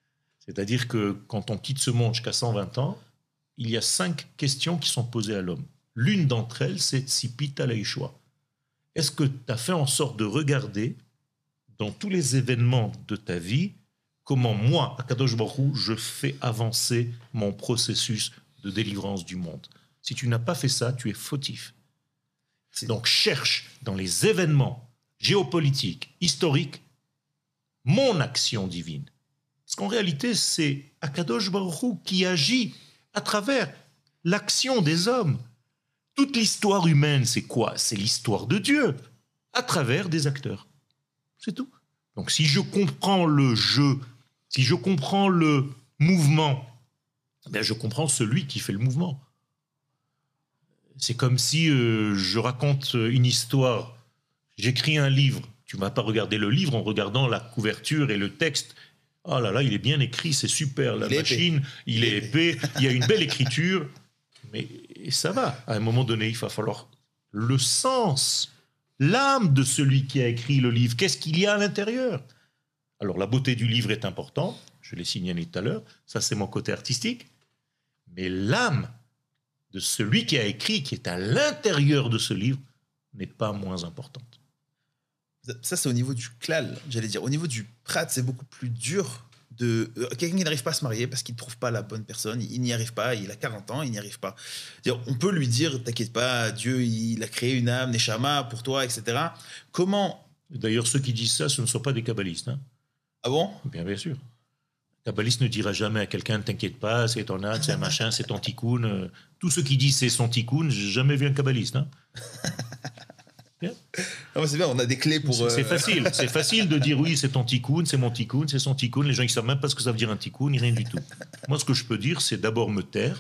C'est-à-dire que quand on quitte ce monde jusqu'à cent vingt ans, il y a cinq questions qui sont posées à l'homme. L'une d'entre elles, c'est Tzipita Leishua. Est-ce que tu as fait en sorte de regarder dans tous les événements de ta vie comment moi, Akadosh Baruch Hu, je fais avancer mon processus de délivrance du monde? Si tu n'as pas fait ça, tu es fautif. Donc cherche dans les événements géopolitiques, historiques, mon action divine. Parce qu'en réalité, c'est Akadosh Baruch Hu qui agit à travers l'action des hommes. Toute l'histoire humaine, c'est quoi? C'est l'histoire de Dieu, à travers des acteurs. C'est tout. Donc si je comprends le jeu, si je comprends le mouvement, ben je comprends celui qui fait le mouvement. C'est comme si euh, je raconte une histoire, j'écris un livre, tu ne vas pas regarder le livre en regardant la couverture et le texte. Oh là là, il est bien écrit, c'est super, la il machine, il est épais, il y a une belle écriture, mais ça va. À un moment donné, il va falloir le sens, l'âme de celui qui a écrit le livre. Qu'est-ce qu'il y a à l'intérieur? Alors la beauté du livre est importante, je l'ai signalé tout à l'heure, ça c'est mon côté artistique, mais l'âme de celui qui a écrit, qui est à l'intérieur de ce livre, n'est pas moins importante. Ça, c'est au niveau du klal, j'allais dire. Au niveau du prat, c'est beaucoup plus dur. De euh, quelqu'un qui n'arrive pas à se marier parce qu'il ne trouve pas la bonne personne, il n'y arrive pas, il a quarante ans, il n'y arrive pas. C'est-à-dire, on peut lui dire, t'inquiète pas, Dieu, il a créé une âme, Neshama, pour toi, et cetera. Comment... D'ailleurs, ceux qui disent ça, ce ne sont pas des kabbalistes. Hein. Ah bon? Bien, bien sûr. Le kabbaliste ne dira jamais à quelqu'un, ne t'inquiète pas, c'est ton âme, c'est un machin, c'est ton tikkun. Tous ceux qui disent c'est son tikkun, j'ai jamais vu un kabbaliste. Hein. Non, c'est bien, on a des clés pour... C'est, c'est facile, c'est facile de dire oui, c'est ton tikkun, c'est mon tikkun, c'est son tikkun. Les gens ne savent même pas ce que ça veut dire un tikkun, ni rien du tout. Moi, ce que je peux dire, c'est d'abord me taire.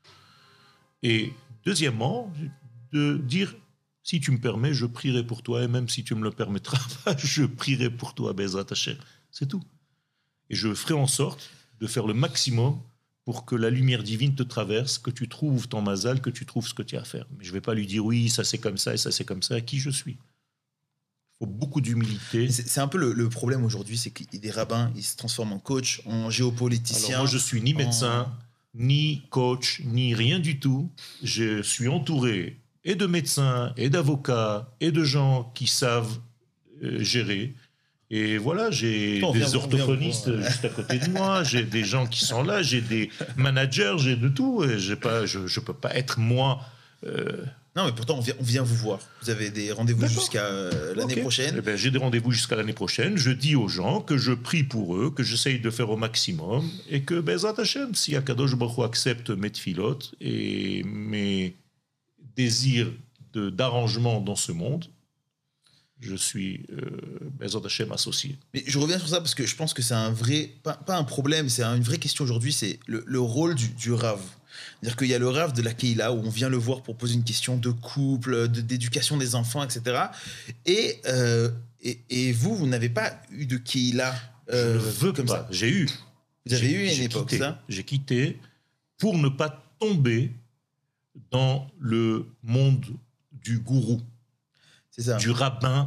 Et deuxièmement, de dire, si tu me permets, je prierai pour toi. Et même si tu me le permettras pas, je prierai pour toi, Bezrat Hashem. C'est tout. Et je ferai en sorte de faire le maximum pour que la lumière divine te traverse, que tu trouves ton mazal, que tu trouves ce que tu as à faire. Mais je ne vais pas lui dire oui, ça c'est comme ça et ça c'est comme ça, qui je suis. Il faut beaucoup d'humilité. C'est, c'est un peu le, le problème aujourd'hui, c'est que des rabbins, ils se transforment en coach, en géopoliticien. Alors moi je suis ni médecin, en... ni coach, ni rien du tout. Je suis entouré et de médecins, et d'avocats, et de gens qui savent euh, gérer. Et voilà, j'ai bon, des vient, orthophonistes vient, juste à côté de moi, j'ai des gens qui sont là, j'ai des managers, j'ai de tout. Et j'ai pas, je ne peux pas être moi. Euh... Non, mais pourtant, on vient, on vient vous voir. Vous avez des rendez-vous D'accord. jusqu'à euh, l'année okay. prochaine. Eh ben, j'ai des rendez-vous jusqu'à l'année prochaine. Je dis aux gens que je prie pour eux, que j'essaye de faire au maximum et que, Bezrat Hashem, si Akadosh Baruch Hu accepte mes tfilotes et mes désirs de, d'arrangement dans ce monde, je suis euh, Bezrat Hashem associé. Mais je reviens sur ça parce que je pense que c'est un vrai, pas, pas un problème, c'est une vraie question aujourd'hui, c'est le, le rôle du, du Rav. C'est-à-dire qu'il y a le Rav de la Keïla où on vient le voir pour poser une question de couple, de, d'éducation des enfants, et cetera. Et, euh, et, et vous, vous n'avez pas eu de Keïla euh, Je ne veux comme pas. Ça. J'ai eu. Vous avez eu à une époque, quitté, ça J'ai quitté pour ne pas tomber dans le monde du gourou. C'est ça. Du rabbin,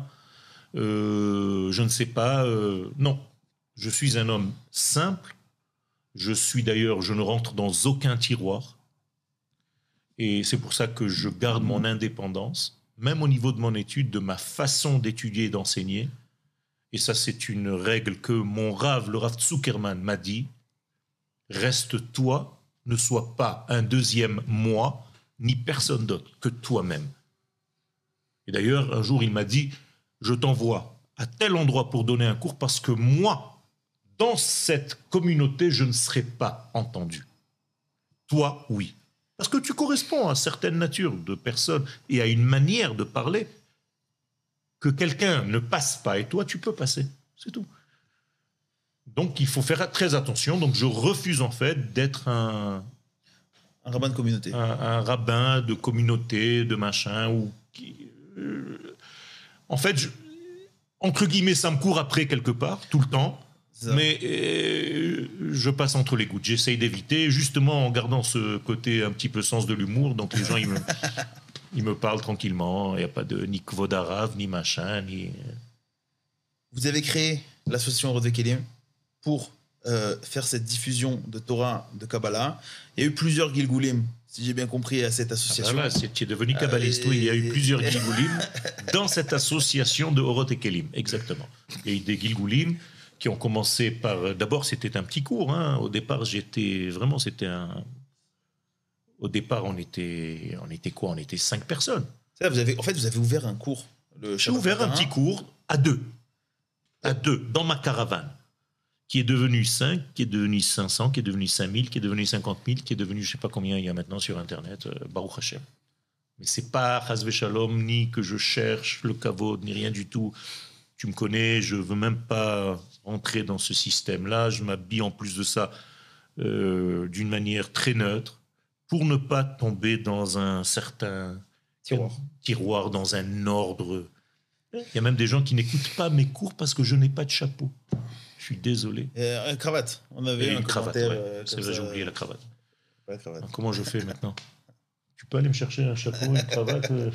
euh, je ne sais pas. Euh, non, je suis un homme simple. Je suis d'ailleurs, je ne rentre dans aucun tiroir. Et c'est pour ça que je garde mon indépendance, même au niveau de mon étude, de ma façon d'étudier et d'enseigner. Et ça, c'est une règle que mon Rav, le Rav Zuckerman, m'a dit. Reste toi, ne sois pas un deuxième moi, ni personne d'autre que toi-même. Et d'ailleurs, un jour, il m'a dit, je t'envoie à tel endroit pour donner un cours parce que moi, dans cette communauté, je ne serai pas entendu. Toi, oui. Parce que tu corresponds à certaines natures de personnes et à une manière de parler que quelqu'un ne passe pas et toi, tu peux passer. C'est tout. Donc, il faut faire très attention. Donc, je refuse en fait d'être un... Un rabbin de communauté. Un, un rabbin de communauté, de machin, ou... En fait, je, entre guillemets, ça me court après quelque part, tout le temps, ça. mais euh, je passe entre les gouttes. J'essaye d'éviter, justement en gardant ce côté un petit peu sens de l'humour. Donc les gens, ils me, ils me parlent tranquillement. Il n'y a pas de ni kvod harav, ni machin, ni... Vous avez créé l'association Rodé Kelim pour euh, faire cette diffusion de Torah, de Kabbalah, il y a eu plusieurs Gilgulim, si j'ai bien compris, à cette association. Ah, voilà, c'est, tu es devenu kabbaliste. Euh, Oui, il y a eu et- plusieurs Gilgulim dans cette association de Orot et Kelim, exactement. Il y a eu des Gilgulim qui ont commencé par... D'abord, c'était un petit cours. Hein. Au départ, j'étais... Vraiment, c'était un... Au départ, on était... On était quoi? On était cinq personnes. Ça, vous avez, en fait, vous avez ouvert un cours. Le J'ai ouvert un petit cours à deux. À deux, dans ma caravane. Qui est devenu cinq, qui est devenu cinq cents, qui est devenu cinq mille, qui est devenu cinquante mille, qui est devenu je ne sais pas combien il y a maintenant sur Internet, euh, Baruch Hashem. Mais ce n'est pas Chas Shalom, ni que je cherche le kavod, ni rien du tout. Tu me connais, je ne veux même pas rentrer dans ce système-là. Je m'habille en plus de ça euh, d'une manière très neutre pour ne pas tomber dans un certain Tiroir. tiroir, dans un ordre. Il y a même des gens qui n'écoutent pas mes cours parce que je n'ai pas de chapeau. Je suis désolé. Euh, une cravate. On avait Et un une cravate, commentaire. ouais. euh, C'est comme vrai, ça. j'ai oublié la cravate. Pas de cravate. Alors, comment je fais maintenant? Tu peux aller me chercher un chapeau, une cravate euh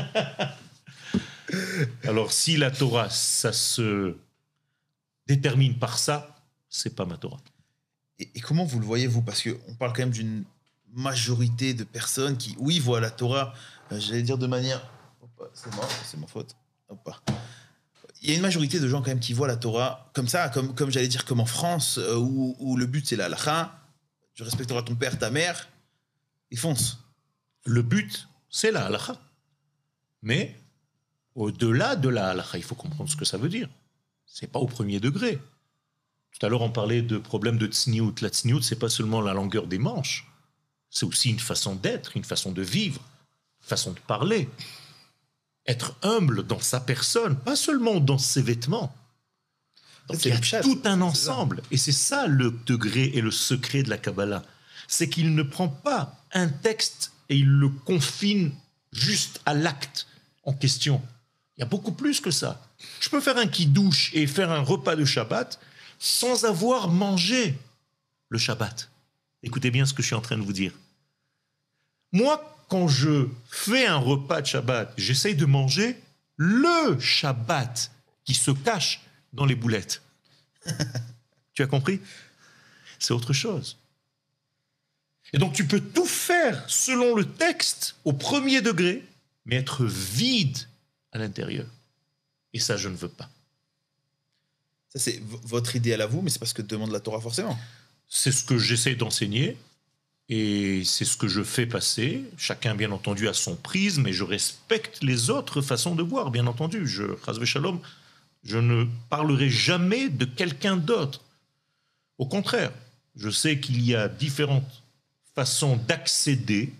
Alors, si la Torah, ça se détermine par ça, c'est pas ma Torah. Et, et comment vous le voyez, vous? Parce qu'on parle quand même d'une majorité de personnes qui, oui, voient la Torah, euh, j'allais dire de manière... Hop, c'est moi, c'est ma faute. Hop. Il y a une majorité de gens quand même qui voient la Torah comme ça, comme, comme j'allais dire, comme en France, euh, où, où le but c'est la halakha, tu respecteras ton père, ta mère, et fonce. Le but, c'est la halakha. Mais, au-delà de la halakha, il faut comprendre ce que ça veut dire. C'est pas au premier degré. Tout à l'heure, on parlait de problème de tsniout. La tsniout, c'est pas seulement la longueur des manches. C'est aussi une façon d'être, une façon de vivre, une façon de parler. Être humble dans sa personne, pas seulement dans ses vêtements. Donc, C'est il y a le pshat, tout un c'est ensemble. Et c'est ça le degré et le secret de la Kabbalah. C'est qu'il ne prend pas un texte et il le confine juste à l'acte en question. Il y a beaucoup plus que ça. Je peux faire un kidouche et faire un repas de Shabbat sans avoir mangé le Shabbat. Écoutez bien ce que je suis en train de vous dire. Moi, quand je fais un repas de Shabbat, j'essaye de manger le Shabbat qui se cache dans les boulettes. Tu as compris? C'est autre chose. Et donc tu peux tout faire selon le texte au premier degré, mais être vide à l'intérieur. Et ça, je ne veux pas. Ça, c'est v- votre idéal à vous, mais c'est pas ce que demande la Torah forcément. C'est ce que j'essaie d'enseigner et c'est ce que je fais passer. Chacun, bien entendu, a son prisme et je respecte les autres façons de voir, bien entendu. Je, Chas v'shalom, je ne parlerai jamais de quelqu'un d'autre. Au contraire, je sais qu'il y a différentes façons d'accéder.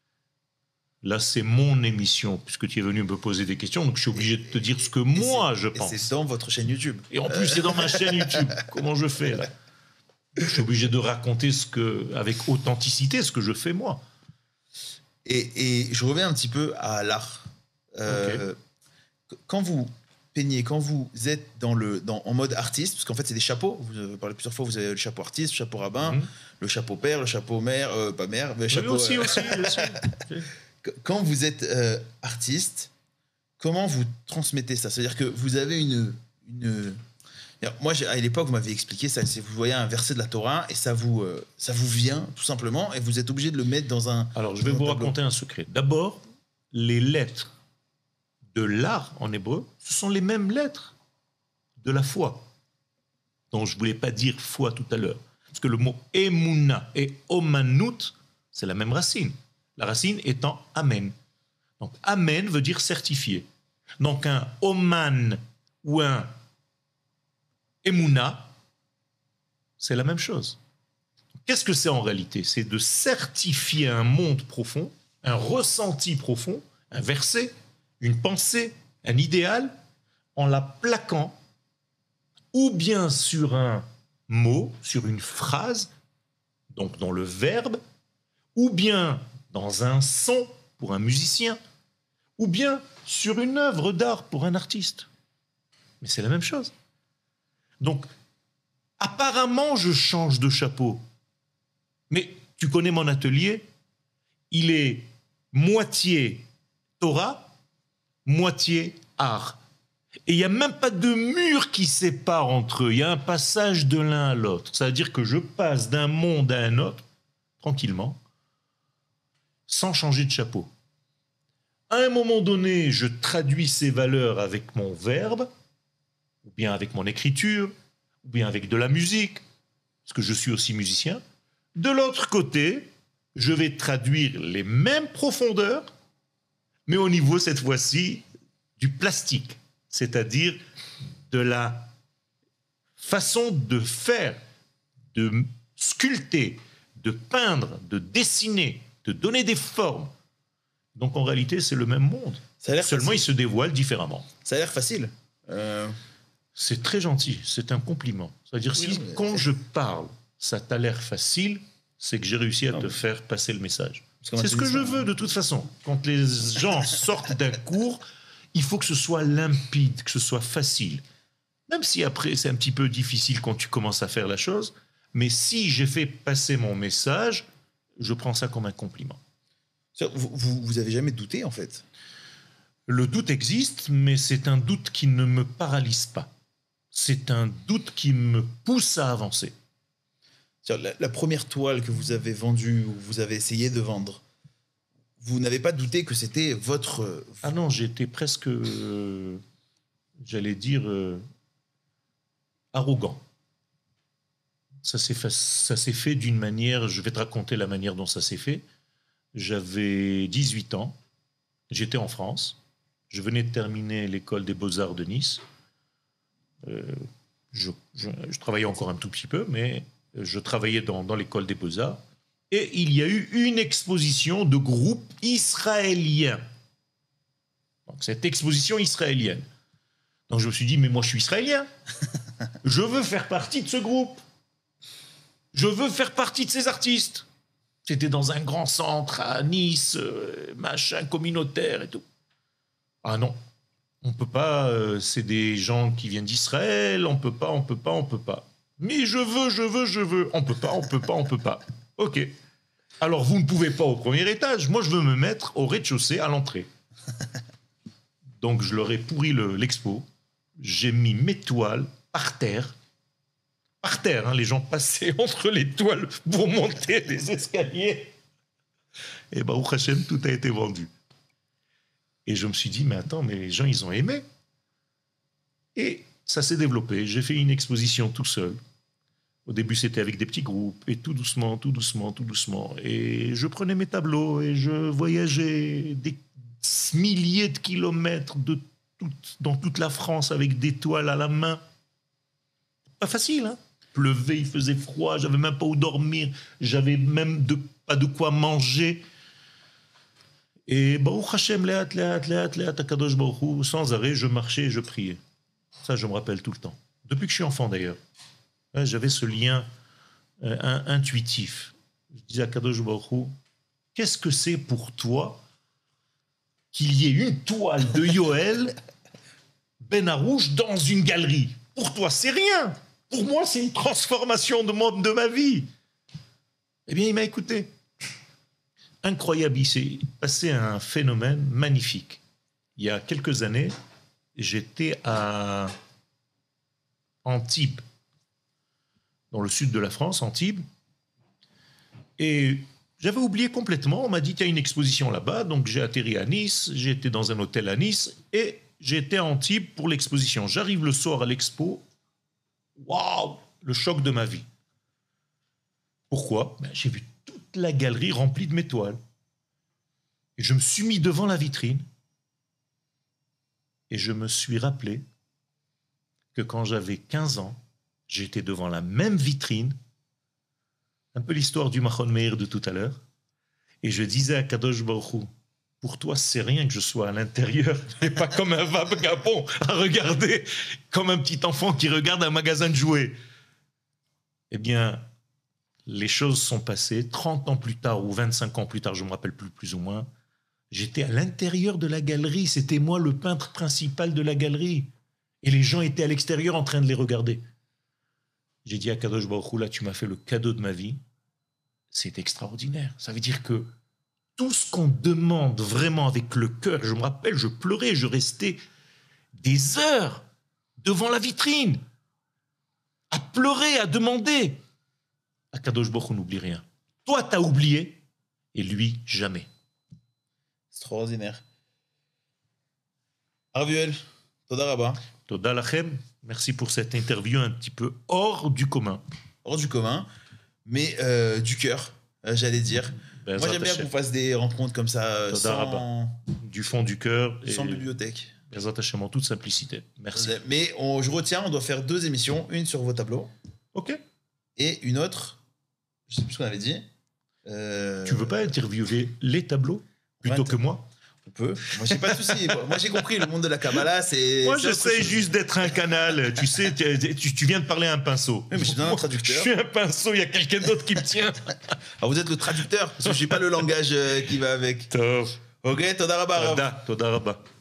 Là, c'est mon émission, puisque tu es venu me poser des questions, donc je suis obligé de te dire ce que Et moi, c'est- je et pense. c'est dans votre chaîne YouTube. Et en plus, c'est dans ma chaîne YouTube. Comment je fais, là? Je suis obligé de raconter ce que, avec authenticité ce que je fais, moi. Et, et je reviens un petit peu à l'art. Euh, qu- Quand vous peignez, quand vous êtes dans le, dans, en mode artiste, parce qu'en fait, c'est des chapeaux. Vous avez parlé plusieurs fois, vous avez le chapeau artiste, le chapeau rabbin, Mhm. le chapeau père, le chapeau mère, euh, pas mère, mais le Oui, chapeau. aussi, euh, aussi, aussi. Qu- Quand vous êtes euh, artiste, comment vous transmettez ça? C'est-à-dire que vous avez une. une... Alors, moi, j'ai- à l'époque, vous m'avez expliqué ça. C'est vous voyez un verset de la Torah et ça vous, euh, ça vous vient tout simplement et vous êtes obligé de le mettre dans un. Alors, je vais dans un vous tableau. raconter un secret. D'abord, les lettres de l'art en hébreu, ce sont les mêmes lettres de la foi, dont je ne voulais pas dire foi tout à l'heure. Parce que le mot emuna et omanut, c'est la même racine. La racine étant amen. Donc, amen veut dire certifié. Donc, un oman ou un emuna, c'est la même chose. Qu'est-ce que c'est en réalité? C'est de certifier un monde profond, un ressenti profond, un verset, une pensée, un idéal, en la plaquant ou bien sur un mot, sur une phrase, donc dans le verbe, ou bien dans un son pour un musicien, ou bien sur une œuvre d'art pour un artiste. Mais c'est la même chose. Donc, apparemment, je change de chapeau. Mais tu connais mon atelier, il est moitié Torah, moitié art. Et il n'y a même pas de mur qui sépare entre eux. Il y a un passage de l'un à l'autre. C'est-à-dire que je passe d'un monde à un autre, tranquillement, sans changer de chapeau. À un moment donné, je traduis ces valeurs avec mon verbe, ou bien avec mon écriture, ou bien avec de la musique, parce que je suis aussi musicien. De l'autre côté, je vais traduire les mêmes profondeurs, mais au niveau, cette fois-ci, du plastique, c'est-à-dire de la façon de faire, de sculpter, de peindre, de dessiner, de donner des formes. Donc en réalité, c'est le même monde. Ça a l'air Seulement, facile. il se dévoile différemment. Ça a l'air facile. Euh, C'est très gentil, c'est un compliment. C'est-à-dire, Oui, si non, mais- quand je parle, ça t'a l'air facile, c'est que j'ai réussi à Non, te mais- faire passer le message. Parce qu'on m'a C'est ce dit que ça, je hein. veux de toute façon. Quand les gens sortent d'un cours, il faut que ce soit limpide, que ce soit facile. Même si après, c'est un petit peu difficile quand tu commences à faire la chose, mais si j'ai fait passer mon message, je prends ça comme un compliment. Vous, vous, vous avez jamais douté, en fait? Le doute existe, mais c'est un doute qui ne me paralyse pas. C'est un doute qui me pousse à avancer. C'est-à-dire, La, la première toile que vous avez vendue, ou vous avez essayé de vendre, vous n'avez pas douté que c'était votre... euh, Ah non, j'étais presque, euh, j'allais dire, euh, arrogant. Ça s'est fait, ça s'est fait d'une manière, je vais te raconter la manière dont ça s'est fait. J'avais dix-huit ans, j'étais en France, je venais de terminer l'école des Beaux-Arts de Nice. Euh, je, je, je travaillais encore un tout petit peu, mais je travaillais dans, dans l'école des Beaux-Arts. Et il y a eu une exposition de groupes israéliens. Donc, cette exposition israélienne. Donc je me suis dit, mais moi je suis israélien. Je veux faire partie de ce groupe. Je veux faire partie de ces artistes. C'était dans un grand centre à Nice, euh, machin communautaire et tout. Ah non, on peut pas, euh, c'est des gens qui viennent d'Israël, on peut pas, on peut pas, on peut pas. Mais je veux, je veux, je veux. On peut pas, on peut pas, on peut pas. Ok. Alors vous ne pouvez pas au premier étage, moi je veux me mettre au rez-de-chaussée à l'entrée. Donc je leur ai pourri le- l'expo, j'ai mis mes toiles par terre, par terre, hein, les gens passaient entre les toiles pour monter les escaliers. Et bah, au Hachem, tout a été vendu. Et je me suis dit, mais attends, mais les gens, ils ont aimé. Et ça s'est développé. J'ai fait une exposition tout seul. Au début, c'était avec des petits groupes, et tout doucement, tout doucement, tout doucement. Et je prenais mes tableaux et je voyageais des milliers de kilomètres de tout, dans toute la France avec des toiles à la main. Pas facile, hein? Pleuvait, il faisait froid, j'avais même pas où dormir, j'avais même de, pas de quoi manger. Et Baruch Hashem, léat, léat, léat, léat, Akadosh Baruch Hu, sans arrêt, je marchais et je priais. Ça, je me rappelle tout le temps. Depuis que je suis enfant, d'ailleurs. Ouais, j'avais ce lien euh, in- intuitif. Je disais à Akadosh Baruch Hu, qu'est-ce que c'est pour toi qu'il y ait une toile de Yoël Ben Arouche dans une galerie? Pour toi, c'est rien. Pour moi, c'est une transformation de, mon, de ma vie. Eh bien, il m'a écouté. Incroyable, il s'est passé un phénomène magnifique. Il y a quelques années, j'étais à Antibes, dans le sud de la France, Antibes, et j'avais oublié complètement. On m'a dit qu'il y a une exposition là-bas, donc j'ai atterri à Nice, j'ai été dans un hôtel à Nice, et j'étais à Antibes pour l'exposition. J'arrive le soir à l'expo, waouh, le choc de ma vie. Pourquoi? Ben, j'ai vu toute la galerie remplie de mes toiles. Et je me suis mis devant la vitrine et je me suis rappelé que quand j'avais quinze ans, j'étais devant la même vitrine, un peu l'histoire du Machon Meir de tout à l'heure, et je disais à Kadosh Baruch Hu, pour toi, c'est rien que je sois à l'intérieur et pas comme un vagabond à regarder, comme un petit enfant qui regarde un magasin de jouets. Eh bien, les choses sont passées. trente ans plus tard ou vingt-cinq ans plus tard, je ne me rappelle plus plus ou moins, j'étais à l'intérieur de la galerie. C'était moi le peintre principal de la galerie. Et les gens étaient à l'extérieur en train de les regarder. J'ai dit à Kadosh Baruch Hu, là, tu m'as fait le cadeau de ma vie. C'est extraordinaire. Ça veut dire que tout ce qu'on demande vraiment avec le cœur, je me rappelle, je pleurais, je restais des heures devant la vitrine, à pleurer, à demander. Akadosh Baruch Hu n'oublie rien. Toi, t'as oublié, et lui, jamais. Extraordinaire. Arvuel, Toda Rabba. Toda lachem. Merci pour cette interview un petit peu hors du commun. Hors du commun, mais euh, du cœur, euh, j'allais dire. Ben, Moi, j'aime bien qu'on fasse des rencontres comme ça, euh, Toda sans, Rabba. Du fond du cœur. sans et bibliothèque. Bezrat Hashem, en toute simplicité. Merci. Mais on, je retiens, on doit faire deux émissions, une sur vos tableaux Ok. et une autre, je sais plus ce qu'on avait dit. Euh, Tu veux pas interviewer les tableaux plutôt ouais, que moi? On peut. Moi, j'ai pas de souci. Moi, j'ai compris, le monde de la Kabbalah, c'est. Moi, c'est autre j'essaie chose. juste d'être un canal. Tu sais, tu, tu- tu viens de parler à un pinceau. Oui, mais je suis un Moi, traducteur. Je suis un pinceau, il y a quelqu'un d'autre qui me tient. Alors, vous êtes le traducteur, parce que je n'ai pas le langage euh, qui va avec. Tov. Ok, Toda Rabba. Toda, Toda Rabba.